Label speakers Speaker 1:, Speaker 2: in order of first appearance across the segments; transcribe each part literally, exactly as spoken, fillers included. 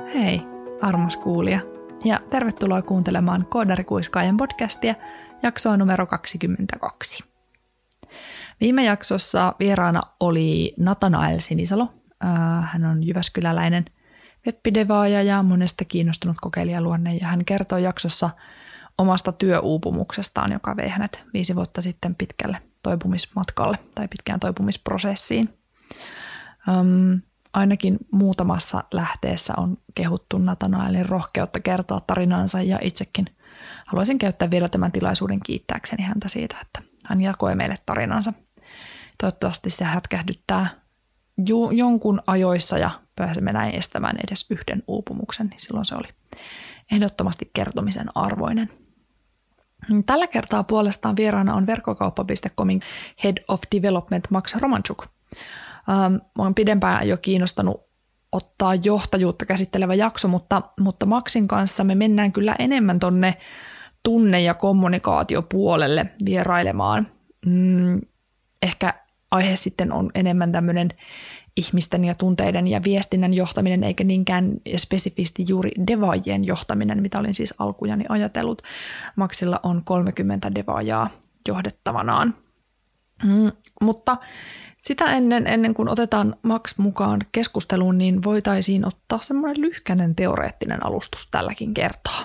Speaker 1: Hei, armas kuulija, ja tervetuloa kuuntelemaan Koodarikuiskaajan podcastia, jaksoa numero kaksikymmentäkaksi. Viime jaksossa vieraana oli Nathanael Sinisalo. Hän on jyväskyläläinen web-devaaja ja monesta kiinnostunut kokeilijaluonne, ja hän kertoi jaksossa omasta työuupumuksestaan, joka vei hänet viisi vuotta sitten pitkälle toipumismatkalle tai pitkään toipumisprosessiin. Um, ainakin muutamassa lähteessä on kehuttu Nathanaelin rohkeutta kertoa tarinansa, ja itsekin haluaisin käyttää vielä tämän tilaisuuden kiittääkseni häntä siitä, että hän jakoi meille tarinansa. Toivottavasti se hätkähdyttää ju- jonkun ajoissa ja pääsemme näin estämään edes yhden uupumuksen, niin silloin se oli ehdottomasti kertomisen arvoinen. Tällä kertaa puolestaan vieraana on verkkokauppa piste comin Head of Development Max Romanchuk. Ähm, olen pidempään jo kiinnostanut ottaa johtajuutta käsittelevä jakso, mutta, mutta Maxin kanssa me mennään kyllä enemmän tonne tunne- ja kommunikaatiopuolelle vierailemaan. Mm, ehkä aihe sitten on enemmän tämmöinen ihmisten ja tunteiden ja viestinnän johtaminen, eikä niinkään spesifisti juuri devaajien johtaminen, mitä olin siis alkujani ajatellut. Maxilla on kolmekymmentä devaajaa johdettavanaan. Mm, mutta sitä ennen, ennen kuin otetaan Max mukaan keskusteluun, niin voitaisiin ottaa semmoinen lyhkäinen teoreettinen alustus tälläkin kertaa.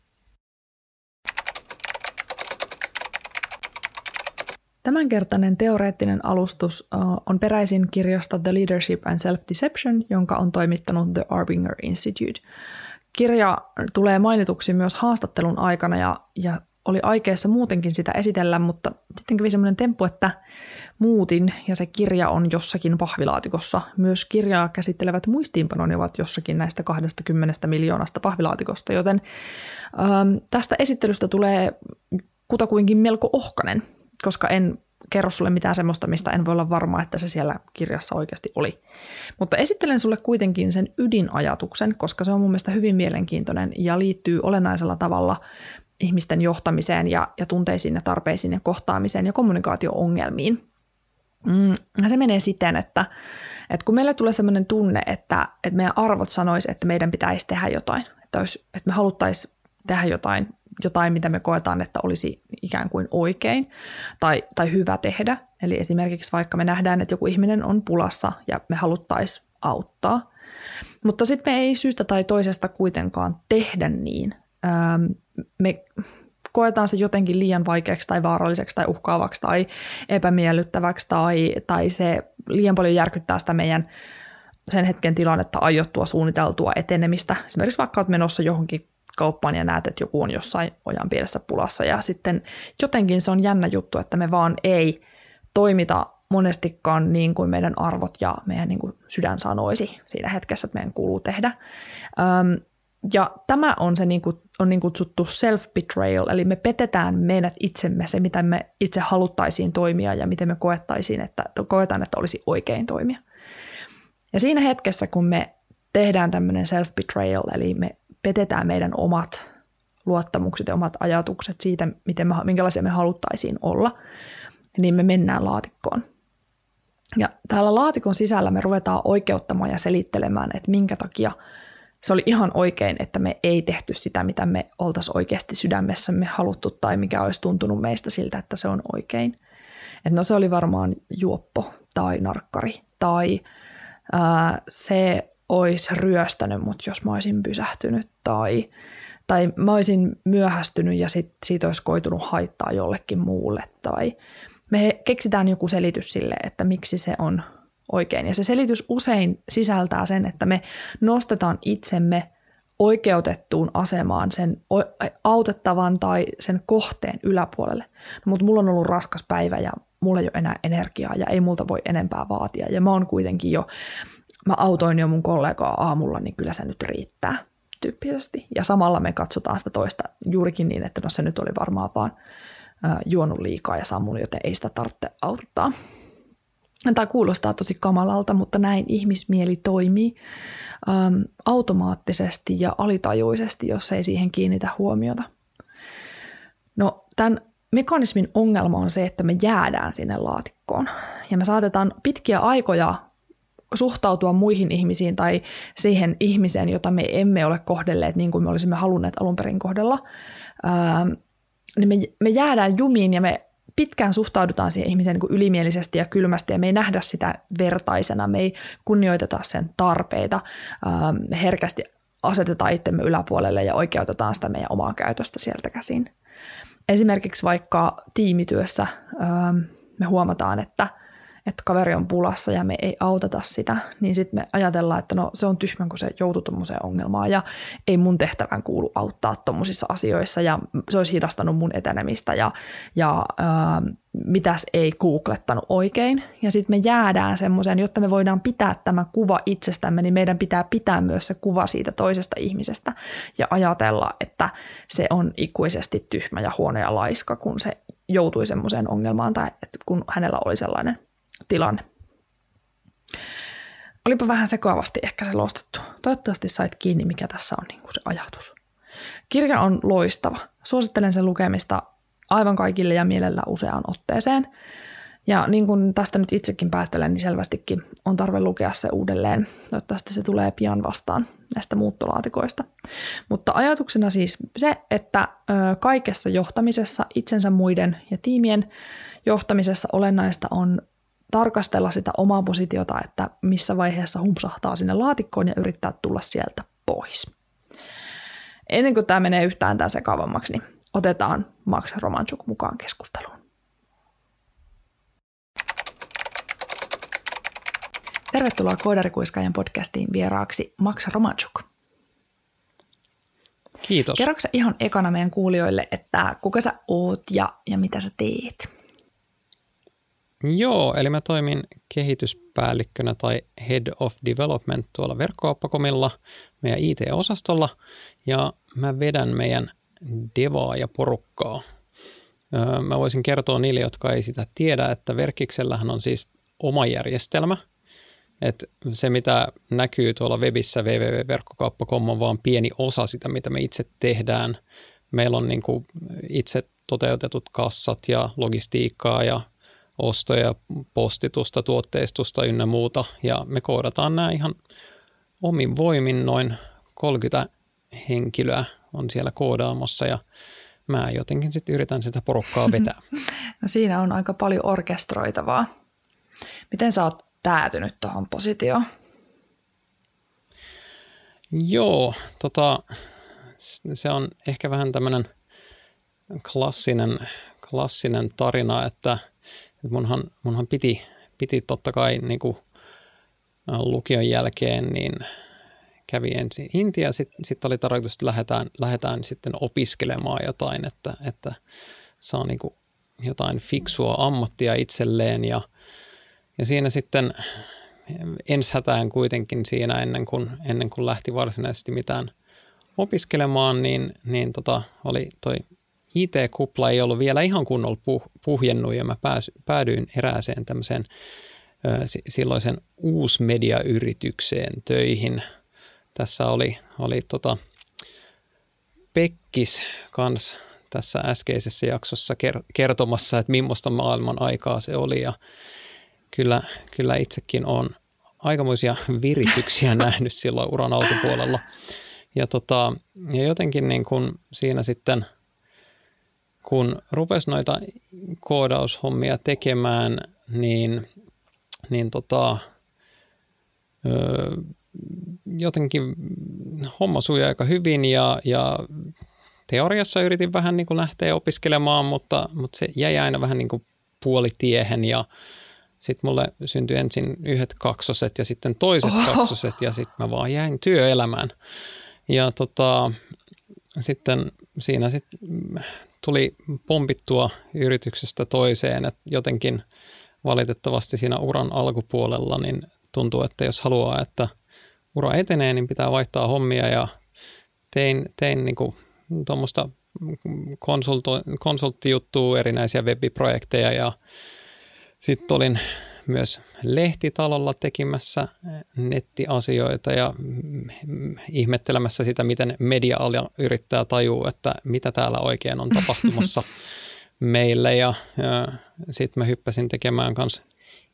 Speaker 1: Tämänkertainen teoreettinen alustus on peräisin kirjasta The Leadership and Self-Deception, jonka on toimittanut The Arbinger Institute. Kirja tulee mainituksi myös haastattelun aikana ja, ja oli aikeessa muutenkin sitä esitellä, mutta sitten kävi semmoinen temppu, että muutin ja se kirja on jossakin pahvilaatikossa. Myös kirjaa käsittelevät muistiinpanoni ovat jossakin näistä kaksikymmentä miljoonasta pahvilaatikosta, joten ähm, tästä esittelystä tulee kutakuinkin melko ohkainen, koska en kerro sulle mitään semmoista, mistä en voi olla varma, että se siellä kirjassa oikeasti oli. Mutta esittelen sulle kuitenkin sen ydinajatuksen, koska se on mun mielestä hyvin mielenkiintoinen ja liittyy olennaisella tavalla ihmisten johtamiseen ja, ja tunteisiin ja tarpeisiin ja kohtaamiseen ja kommunikaatio-ongelmiin. Mm, se menee siten, että, että kun meille tulee sellainen tunne, että, että meidän arvot sanois, että meidän pitäisi tehdä jotain, että, olisi, että me haluttaisiin tehdä jotain, jotain, mitä me koetaan, että olisi ikään kuin oikein tai, tai hyvä tehdä. Eli esimerkiksi vaikka me nähdään, että joku ihminen on pulassa ja me haluttaisiin auttaa, mutta sitten me ei syystä tai toisesta kuitenkaan tehdä niin. Ähm, me koetaan se jotenkin liian vaikeaksi tai vaaralliseksi tai uhkaavaksi tai epämiellyttäväksi tai, tai se liian paljon järkyttää sitä meidän sen hetken tilannetta, aiottua, suunniteltua etenemistä. Esimerkiksi vaikka olet menossa johonkin kauppaan ja näet, että joku on jossain ojan pielessä pulassa ja sitten jotenkin se on jännä juttu, että me vaan ei toimita monestikaan niin kuin meidän arvot ja meidän niin kuin sydän sanoisi siinä hetkessä, että meidän kuuluu tehdä. Öm, Ja tämä on se niin, kuin, on niin kutsuttu self-betrayal, eli me petetään meidät itsemme, se mitä me itse haluttaisiin toimia ja miten me koettaisiin, että, koetaan, että olisi oikein toimia. Ja siinä hetkessä, kun me tehdään tämmöinen self-betrayal, eli me petetään meidän omat luottamukset ja omat ajatukset siitä, miten me, minkälaisia me haluttaisiin olla, niin me mennään laatikkoon. Ja täällä laatikon sisällä me ruvetaan oikeuttamaan ja selittelemään, että minkä takia se oli ihan oikein, että me ei tehty sitä, mitä me oltaisiin oikeasti sydämessämme haluttu tai mikä olisi tuntunut meistä siltä, että se on oikein. Että no se oli varmaan juoppo tai narkkari tai ää, se olisi ryöstänyt mut, jos mä olisin pysähtynyt tai, tai mä olisin myöhästynyt ja sit, siitä olisi koitunut haittaa jollekin muulle. Tai me keksitään joku selitys sille, että miksi se on oikein. Ja se selitys usein sisältää sen, että me nostetaan itsemme oikeutettuun asemaan sen autettavan tai sen kohteen yläpuolelle. No, mutta mulla on ollut raskas päivä ja mulla ei ole enää energiaa ja ei multa voi enempää vaatia. Ja mä oon kuitenkin jo, mä autoin jo mun kollegaa aamulla, niin kyllä se nyt riittää tyyppisesti. Ja samalla me katsotaan sitä toista juurikin niin, että no se nyt oli varmaan vaan äh, juonut liikaa ja sammunut, joten ei sitä tarvitse auttaa. Tämä kuulostaa tosi kamalalta, mutta näin ihmismieli toimii äm, automaattisesti ja alitajuisesti, jos ei siihen kiinnitä huomiota. No, tämän mekanismin ongelma on se, että me jäädään sinne laatikkoon. Ja me saatetaan pitkiä aikoja suhtautua muihin ihmisiin tai siihen ihmiseen, jota me emme ole kohdelleet niin kuin me olisimme halunneet alun perin kohdella, ää, niin me, me jäädään jumiin ja me pitkään suhtaudutaan siihen ihmiseen niin kuin ylimielisesti ja kylmästi ja me ei nähdä sitä vertaisena, me ei kunnioiteta sen tarpeita, ää, me herkästi asetetaan itsemme yläpuolelle ja oikeutetaan sitä meidän omaa käytöstä sieltä käsin. Esimerkiksi vaikka tiimityössä ää, me huomataan, että että kaveri on pulassa ja me ei auteta sitä, niin sitten me ajatellaan, että no se on tyhmä, kun se joutuu tuommoiseen ongelmaan ja ei mun tehtävän kuulu auttaa tuommoisissa asioissa ja se olisi hidastanut mun etenemistä ja, ja ää, mitäs ei googlettanut oikein. Ja sitten me jäädään semmoiseen, jotta me voidaan pitää tämä kuva itsestämme, niin meidän pitää pitää myös se kuva siitä toisesta ihmisestä ja ajatella, että se on ikuisesti tyhmä ja huono ja laiska, kun se joutui semmoiseen ongelmaan tai että kun hänellä oli sellainen tilanne. Olipa vähän sekoavasti ehkä se lostattu. Toivottavasti sait kiinni, mikä tässä on niin kuin se ajatus. Kirja on loistava. Suosittelen sen lukemista aivan kaikille ja mielellään useaan otteeseen. Ja niin kuin tästä nyt itsekin päättelen, niin selvästikin on tarve lukea se uudelleen. Toivottavasti se tulee pian vastaan näistä muuttolaatikoista. Mutta ajatuksena siis se, että kaikessa johtamisessa, itsensä muiden ja tiimien johtamisessa olennaista on tarkastella sitä omaa positiota, että missä vaiheessa humpsahtaa sinne laatikkoon ja yrittää tulla sieltä pois. Ennen kuin tämä menee yhtään tämän sekavammaksi, niin otetaan Max Romanchuk mukaan keskusteluun. Tervetuloa Koodarikuiskaajan podcastiin vieraaksi Max Romanchuk.
Speaker 2: Kiitos.
Speaker 1: Kerroksä ihan ekana meidän kuulijoille, että kuka sä oot ja, ja mitä sä teet?
Speaker 2: Joo, eli mä toimin kehityspäällikkönä tai Head of Development tuolla Verkkokauppakomilla, meidän I T-osastolla, ja mä vedän meidän devaa ja porukkaa. Mä voisin kertoa niille, jotka ei sitä tiedä, että Verkkiksellähän on siis oma järjestelmä, että se, mitä näkyy tuolla webissä double-u double-u double-u piste verkkokauppa piste com on vaan pieni osa sitä, mitä me itse tehdään. Meillä on niin kuin itse toteutetut kassat ja logistiikkaa ja ostoja, postitusta, tuotteistusta ynnä muuta, ja me koodataan nämä ihan omin voimin, noin kolmekymmentä henkilöä on siellä koodaamassa, ja mä jotenkin sitten yritän sitä porukkaa vetää.
Speaker 1: No siinä on aika paljon orkestroitavaa. Miten sä oot päätynyt tuohon positioon?
Speaker 2: Joo, tota, se on ehkä vähän tämmöinen klassinen, klassinen tarina, että Munhan, munhan piti, piti totta kai niin kuin lukion jälkeen, niin kävi ensin Intia, sitten sit oli tarkoitus, että lähdetään, lähdetään sitten opiskelemaan jotain, että, että saa niin kuin jotain fiksua ammattia itselleen ja, ja siinä sitten ensi hätään kuitenkin siinä ennen kuin, ennen kuin lähti varsinaisesti mitään opiskelemaan, niin, niin tota, oli toi I T-kupla ei ollut vielä ihan kunnolla puh- puhjennut ja mä pääs, päädyin erääseen tämmöiseen ö, silloisen uusmediayritykseen töihin. Tässä oli, oli tota Pekkis kans tässä äskeisessä jaksossa ker- kertomassa, että millaista maailman aikaa se oli ja kyllä, kyllä itsekin olen aikamoisia virityksiä nähnyt silloin uran alkupuolella. Ja, tota, ja jotenkin niin kun siinä sitten kun rupesi noita koodaushommia tekemään, niin, niin tota, öö, jotenkin homma sujui aika hyvin ja, ja teoriassa yritin vähän niin kuin lähteä opiskelemaan, mutta, mutta se jäi aina vähän niin kuin puolitiehen ja sitten mulle syntyi ensin yhdet kaksoset ja sitten toiset Oho. kaksoset ja sitten mä vaan jäin työelämään. Ja tota, sitten siinä sitten tuli pompittua yrityksestä toiseen, että jotenkin valitettavasti siinä uran alkupuolella niin tuntuu, että jos haluaa, että ura etenee, niin pitää vaihtaa hommia ja tein, tein niin kuin tuommoista konsulttijuttua, erinäisiä webiprojekteja ja sitten olin myös lehtitalolla tekemässä nettiasioita ja ihmettelemässä sitä, miten media-ala yrittää tajua, että mitä täällä oikein on tapahtumassa meille. Ja, ja sitten mä hyppäsin tekemään kanssa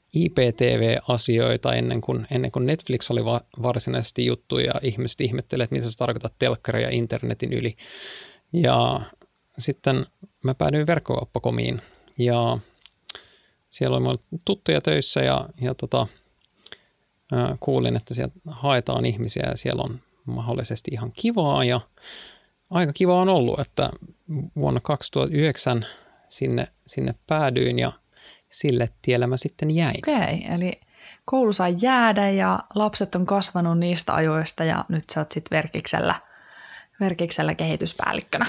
Speaker 2: I P T V-asioita ennen kuin, ennen kuin Netflix oli va- varsinaisesti juttu ja ihmiset ihmettelivät, että mitä se tarkoittaa telkkari ja internetin yli. Ja sitten mä päädyin verkkokauppakomiin ja siellä oli tuttuja töissä ja, ja tota, ää, kuulin, että sieltä haetaan ihmisiä ja siellä on mahdollisesti ihan kivaa ja aika kiva on ollut, että vuonna kaksituhattayhdeksän sinne, sinne päädyin ja sille tielle mä sitten jäin.
Speaker 1: Okei, eli koulu sai jäädä ja lapset on kasvanut niistä ajoista ja nyt sä oot sitten Verkiksellä, Verkiksellä kehityspäällikkönä.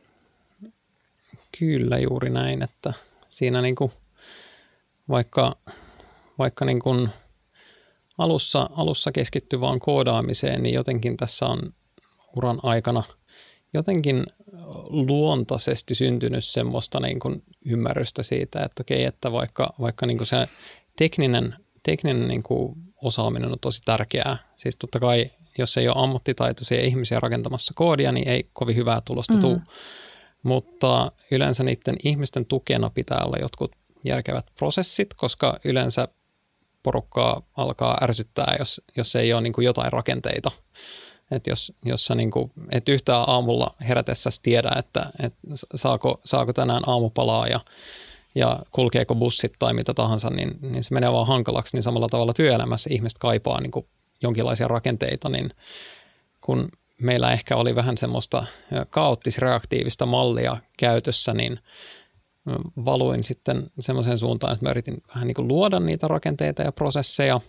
Speaker 2: Kyllä juuri näin, että siinä niinku, vaikka, vaikka niinku alussa, alussa keskittyi vaan koodaamiseen, niin jotenkin tässä on uran aikana jotenkin luontaisesti syntynyt semmoista niin kuin ymmärrystä siitä, että okei, että vaikka, vaikka niin kuin se tekninen, tekninen niin kuin osaaminen on tosi tärkeää. Siis totta kai, jos ei ole ammattitaitoisia ihmisiä rakentamassa koodia, niin ei kovin hyvää tulosta mm. tule. Mutta yleensä niiden ihmisten tukena pitää olla jotkut järkevät prosessit, koska yleensä porukkaa alkaa ärsyttää, jos, jos ei ole niin kuin jotain rakenteita. Että jos, jos sä niin kuin, et yhtään aamulla herätessäsi tiedä, että et saako, saako tänään aamupalaa ja, ja kulkeeko bussit tai mitä tahansa, niin, niin se menee vaan hankalaksi. Niin samalla tavalla työelämässä ihmiset kaipaa niin kuin jonkinlaisia rakenteita, niin kun meillä ehkä oli vähän semmoista kaoottis-reaktiivista mallia käytössä, niin valuin sitten semmoiseen suuntaan, että mä yritin vähän niin kuin luoda niitä rakenteita ja prosesseja.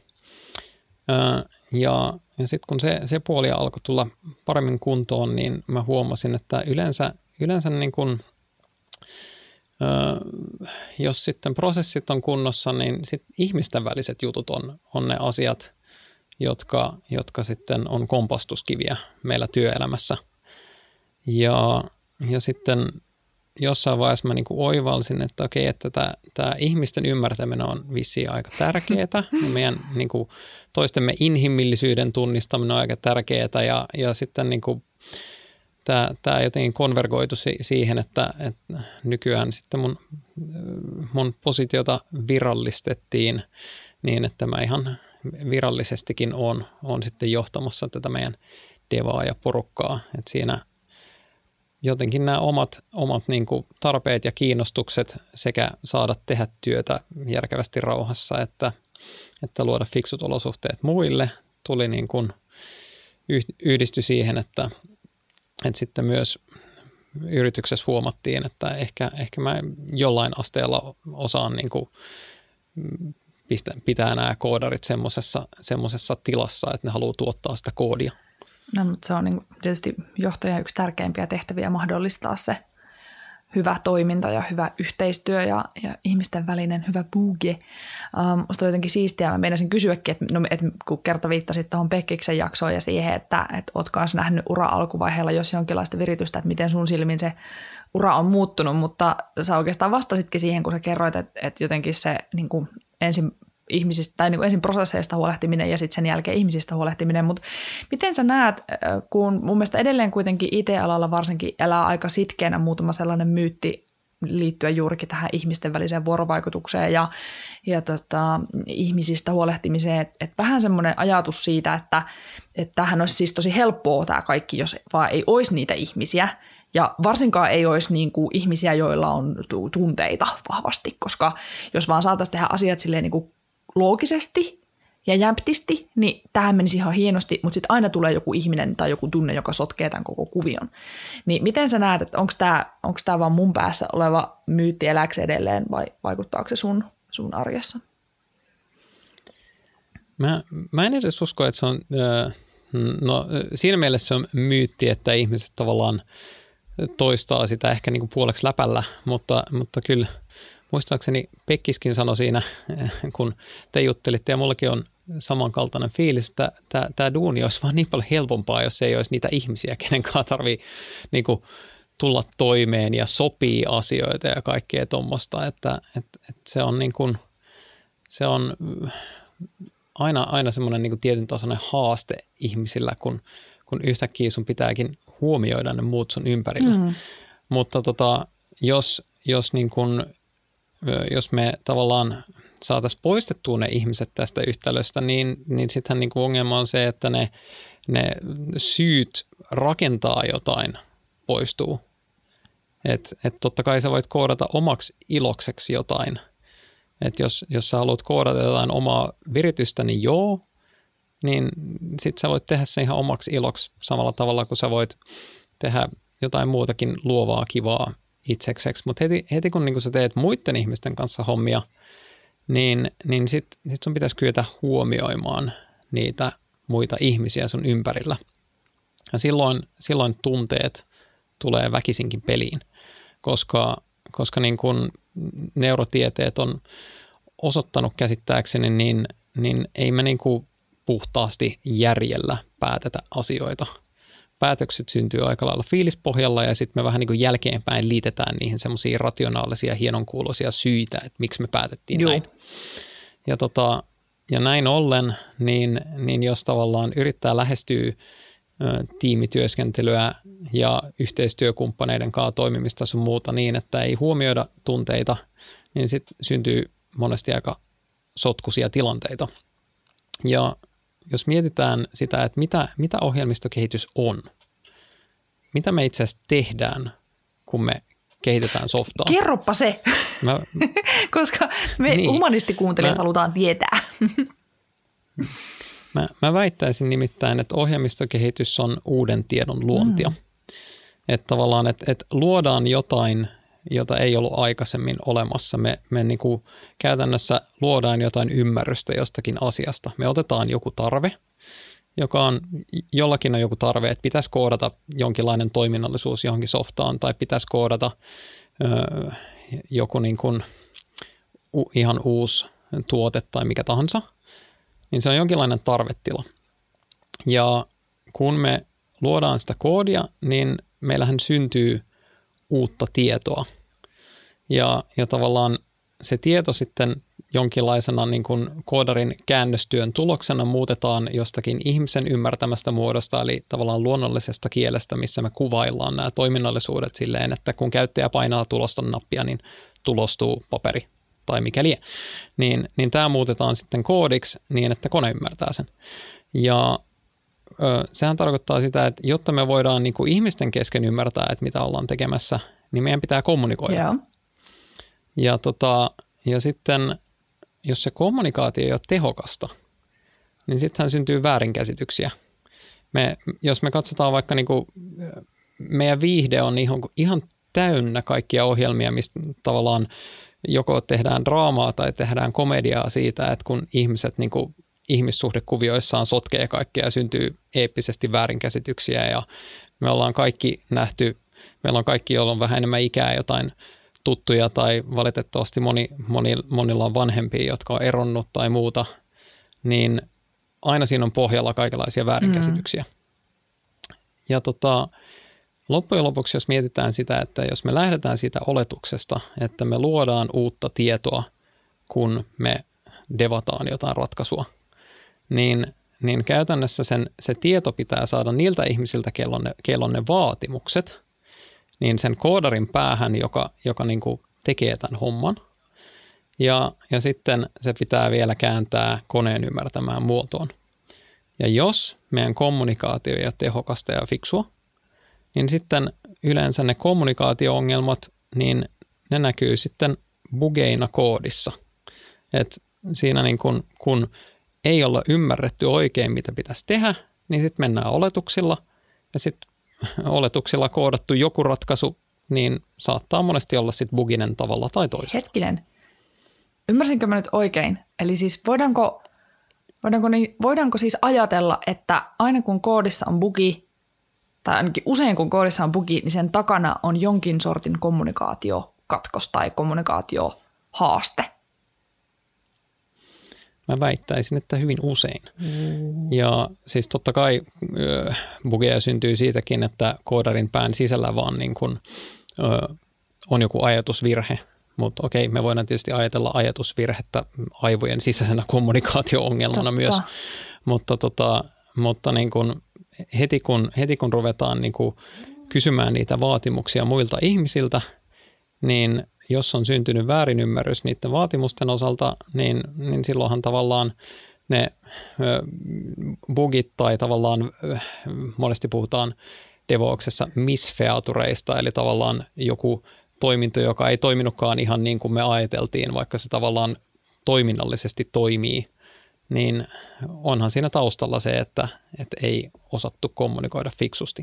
Speaker 2: Ja, ja sitten kun se, se puoli alkoi tulla paremmin kuntoon, niin mä huomasin, että yleensä, yleensä niin kun, jos sitten prosessit on kunnossa, niin sit ihmisten väliset jutut on, on ne asiat, jotka, jotka sitten on kompastuskiviä meillä työelämässä. Ja, ja sitten jossain vaiheessa mä niin kuin oivalsin, että okei, että tämä, tämä ihmisten ymmärtäminen on vissiin aika tärkeää. Meidän niin kuin toistemme inhimillisyyden tunnistaminen on aika tärkeää ja, ja sitten niin kuin tämä, tämä jotenkin konvergoitu siihen, että, että nykyään sitten mun, mun positiota virallistettiin niin, että mä ihan virallisestikin on, on sitten johtamassa tätä meidän devaa ja porukkaa, että siinä jotenkin nämä omat, omat niin kuin tarpeet ja kiinnostukset sekä saada tehdä työtä järkevästi rauhassa, että, että luoda fiksut olosuhteet muille, tuli niin kuin yhdisty siihen, että, että sitten myös yrityksessä huomattiin, että ehkä, ehkä mä jollain asteella osaan niin kuin pitää nämä koodarit semmoisessa, semmoisessa tilassa, että ne haluaa tuottaa sitä koodia.
Speaker 1: No, mutta se on niin tietysti johtajan yksi tärkeimpiä tehtäviä mahdollistaa se hyvä toiminta ja hyvä yhteistyö ja, ja ihmisten välinen hyvä buge. Um, musta oli jotenkin siistiä. Mä meinasin kysyäkin, että, no, että kun kerta viittasit tuohon Pekkiksen jaksoon ja siihen, että, että oot kanssa nähnyt ura alkuvaiheella jos jonkinlaista viritystä, että miten sun silmin se ura on muuttunut, mutta sä oikeastaan vastasitkin siihen, kun sä kerroit, että, että jotenkin se niin kuin ensin ihmisistä, tai niin kuin ensin prosesseista huolehtiminen ja sitten sen jälkeen ihmisistä huolehtiminen, mutta miten sä näet, kun mun mielestä edelleen kuitenkin I T-alalla varsinkin elää aika sitkeänä muutama sellainen myytti liittyen juurikin tähän ihmisten väliseen vuorovaikutukseen ja, ja tota, ihmisistä huolehtimiseen, että et vähän semmoinen ajatus siitä, että et tämähän olisi siis tosi helppoa tämä kaikki, jos vaan ei olisi niitä ihmisiä, ja varsinkaan ei olisi niin kuin ihmisiä, joilla on tunteita vahvasti, koska jos vaan saataisiin tehdä asiat silleen niin kuin loogisesti ja jämptisti, niin tähän menisi ihan hienosti, mutta sitten aina tulee joku ihminen tai joku tunne, joka sotkee tämän koko kuvion. Niin miten sä näet, että onko tämä, onko tämä vaan mun päässä oleva myytti elääkö edelleen vai vaikuttaako se sun, sun arjessa?
Speaker 2: Mä, mä en edes usko, että se on, no siinä mielessä se on myytti, että ihmiset tavallaan toistaa sitä ehkä niin kuin puoleksi läpällä, mutta, mutta kyllä muistaakseni Pekkiskin sanoi siinä, kun te juttelitte, ja mullakin on samankaltainen fiilis, että tämä, tämä duuni olisi vaan niin paljon helpompaa, jos ei olisi niitä ihmisiä, kenen kanssa tarvitsee niin kuin tulla toimeen ja sopii asioita ja kaikkea tuommoista, että, että, että se on niin kuin, se on aina, aina semmoinen niin kuin tietyn tasoinen haaste ihmisillä, kun, kun yhtäkkiä sun pitääkin huomioida ne muut sun ympärillä. Mm. Mutta tota, jos, jos, niin kuin, jos me tavallaan saataisiin poistettua ne ihmiset tästä yhtälöstä, niin, niin sittenhän niin kuin ongelma on se, että ne, ne syyt rakentaa jotain poistuu. Että et totta kai sä voit koodata omaksi ilokseksi jotain. Että jos, jos sä haluat koodata jotain omaa viritystä, niin joo, niin sit sä voit tehdä se ihan omaksi iloksi samalla tavalla, kuin sä voit tehdä jotain muutakin luovaa, kivaa itsekseksi. Mutta heti, heti kun niin sä teet muiden ihmisten kanssa hommia, niin, niin sit, sit sun pitäisi kyetä huomioimaan niitä muita ihmisiä sun ympärillä. Ja silloin, silloin tunteet tulee väkisinkin peliin, koska, koska niin kun neurotieteet on osoittanut käsittääkseni, niin, niin ei me niin kuin puhtaasti järjellä päätetä asioita. Päätökset syntyy aika lailla fiilispohjalla ja sitten me vähän niin kuin jälkeenpäin liitetään niihin semmoisia rationaalisia, hienonkuuloisia syitä, että miksi me päätettiin Joo. näin. Ja, tota, ja näin ollen, niin, niin jos tavallaan yrittää lähestyä ö, tiimityöskentelyä ja yhteistyökumppaneiden kanssa toimimista sun muuta niin, että ei huomioida tunteita, niin sitten syntyy monesti aika sotkuisia tilanteita. Ja jos mietitään sitä, että mitä, mitä ohjelmistokehitys on, mitä me itse asiassa tehdään, kun me kehitetään softaa.
Speaker 1: Kerropa se, mä, koska me niin, humanistikuuntelijat mä, halutaan tietää.
Speaker 2: mä, mä väittäisin nimittäin, että ohjelmistokehitys on uuden tiedon luontia. Mm. Että tavallaan, että, että luodaan jotain, jota ei ollut aikaisemmin olemassa. Me, me niin kuin käytännössä luodaan jotain ymmärrystä jostakin asiasta. Me otetaan joku tarve, joka on, jollakin on joku tarve, että pitäisi koodata jonkinlainen toiminnallisuus johonkin softaan tai pitäisi koodata ö, joku niin kuin u, ihan uusi tuote tai mikä tahansa. Niin se on jonkinlainen tarvetila. Ja kun me luodaan sitä koodia, niin meillähän syntyy uutta tietoa. Ja, ja tavallaan se tieto sitten jonkinlaisena niin kuin koodarin käännöstyön tuloksena muutetaan jostakin ihmisen ymmärtämästä muodosta, eli tavallaan luonnollisesta kielestä, missä me kuvaillaan nämä toiminnallisuudet silleen, että kun käyttäjä painaa tuloston nappia, niin tulostuu paperi tai mikä lie. Niin, niin tämä muutetaan sitten koodiksi niin, että kone ymmärtää sen. Ja ö, sehän tarkoittaa sitä, että jotta me voidaan niin kuin ihmisten kesken ymmärtää, että mitä ollaan tekemässä, niin meidän pitää kommunikoida.
Speaker 1: Yeah.
Speaker 2: Ja, tota, ja sitten, jos se kommunikaatio ei ole tehokasta, niin sittenhän syntyy väärinkäsityksiä. Me, jos me katsotaan vaikka niin kuin, meidän viihde on ihan, ihan täynnä kaikkia ohjelmia, mistä tavallaan joko tehdään draamaa tai tehdään komediaa siitä, että kun ihmiset niin kuin ihmissuhdekuvioissaan sotkee kaikkea ja syntyy eeppisesti väärinkäsityksiä ja me ollaan kaikki nähty, meillä on kaikki, joilla on vähän enemmän ikää jotain tuttuja tai valitettavasti moni, moni, monilla on vanhempia, jotka on eronnut tai muuta, niin aina siinä on pohjalla kaikenlaisia väärinkäsityksiä. Mm. Ja tota, loppujen lopuksi, jos mietitään sitä, että jos me lähdetään siitä oletuksesta, että me luodaan uutta tietoa, kun me devataan jotain ratkaisua, niin, niin käytännössä sen, se tieto pitää saada niiltä ihmisiltä, kello on ne, kello on ne vaatimukset, niin sen koodarin päähän, joka, joka niin kuin tekee tämän homman. Ja, ja sitten se pitää vielä kääntää koneen ymmärtämään muotoon. Ja jos meidän kommunikaatio ei ole tehokasta ja fiksua, niin sitten yleensä ne kommunikaatio-ongelmat, niin ne näkyy sitten bugeina koodissa. Et siinä niin kun, kun ei olla ymmärretty oikein, mitä pitäisi tehdä, niin sitten mennään oletuksilla ja sitten oletuksilla koodattu joku ratkaisu, niin saattaa monesti olla sitten buginen tavalla tai toisella.
Speaker 1: Hetkinen. Ymmärsinkö mä nyt oikein? Eli siis voidaanko, voidaanko, niin, voidaanko siis ajatella, että aina kun koodissa on bugi, tai ainakin usein kun koodissa on bugi, niin sen takana on jonkin sortin kommunikaatiokatkos tai kommunikaatiohaaste?
Speaker 2: Mä väittäisin, että hyvin usein. Mm. Ja siis totta kai ö, bugeja syntyy siitäkin, että koodarin pään sisällä vaan niin kun, ö, on joku ajatusvirhe. Mutta okei, me voidaan tietysti ajatella ajatusvirhettä aivojen sisäisenä kommunikaatio-ongelmana totta. Myös. Mutta, tota, mutta niin kun heti, kun, heti kun ruvetaan niin kun kysymään niitä vaatimuksia muilta ihmisiltä, niin jos on syntynyt väärinymmärrys niiden vaatimusten osalta, niin, niin silloinhan tavallaan ne bugit tai tavallaan monesti puhutaan DevOpsessa misfeatureista, eli tavallaan joku toiminto, joka ei toiminutkaan ihan niin kuin me ajateltiin, vaikka se tavallaan toiminnallisesti toimii, niin onhan siinä taustalla se, että, että ei osattu kommunikoida fiksusti.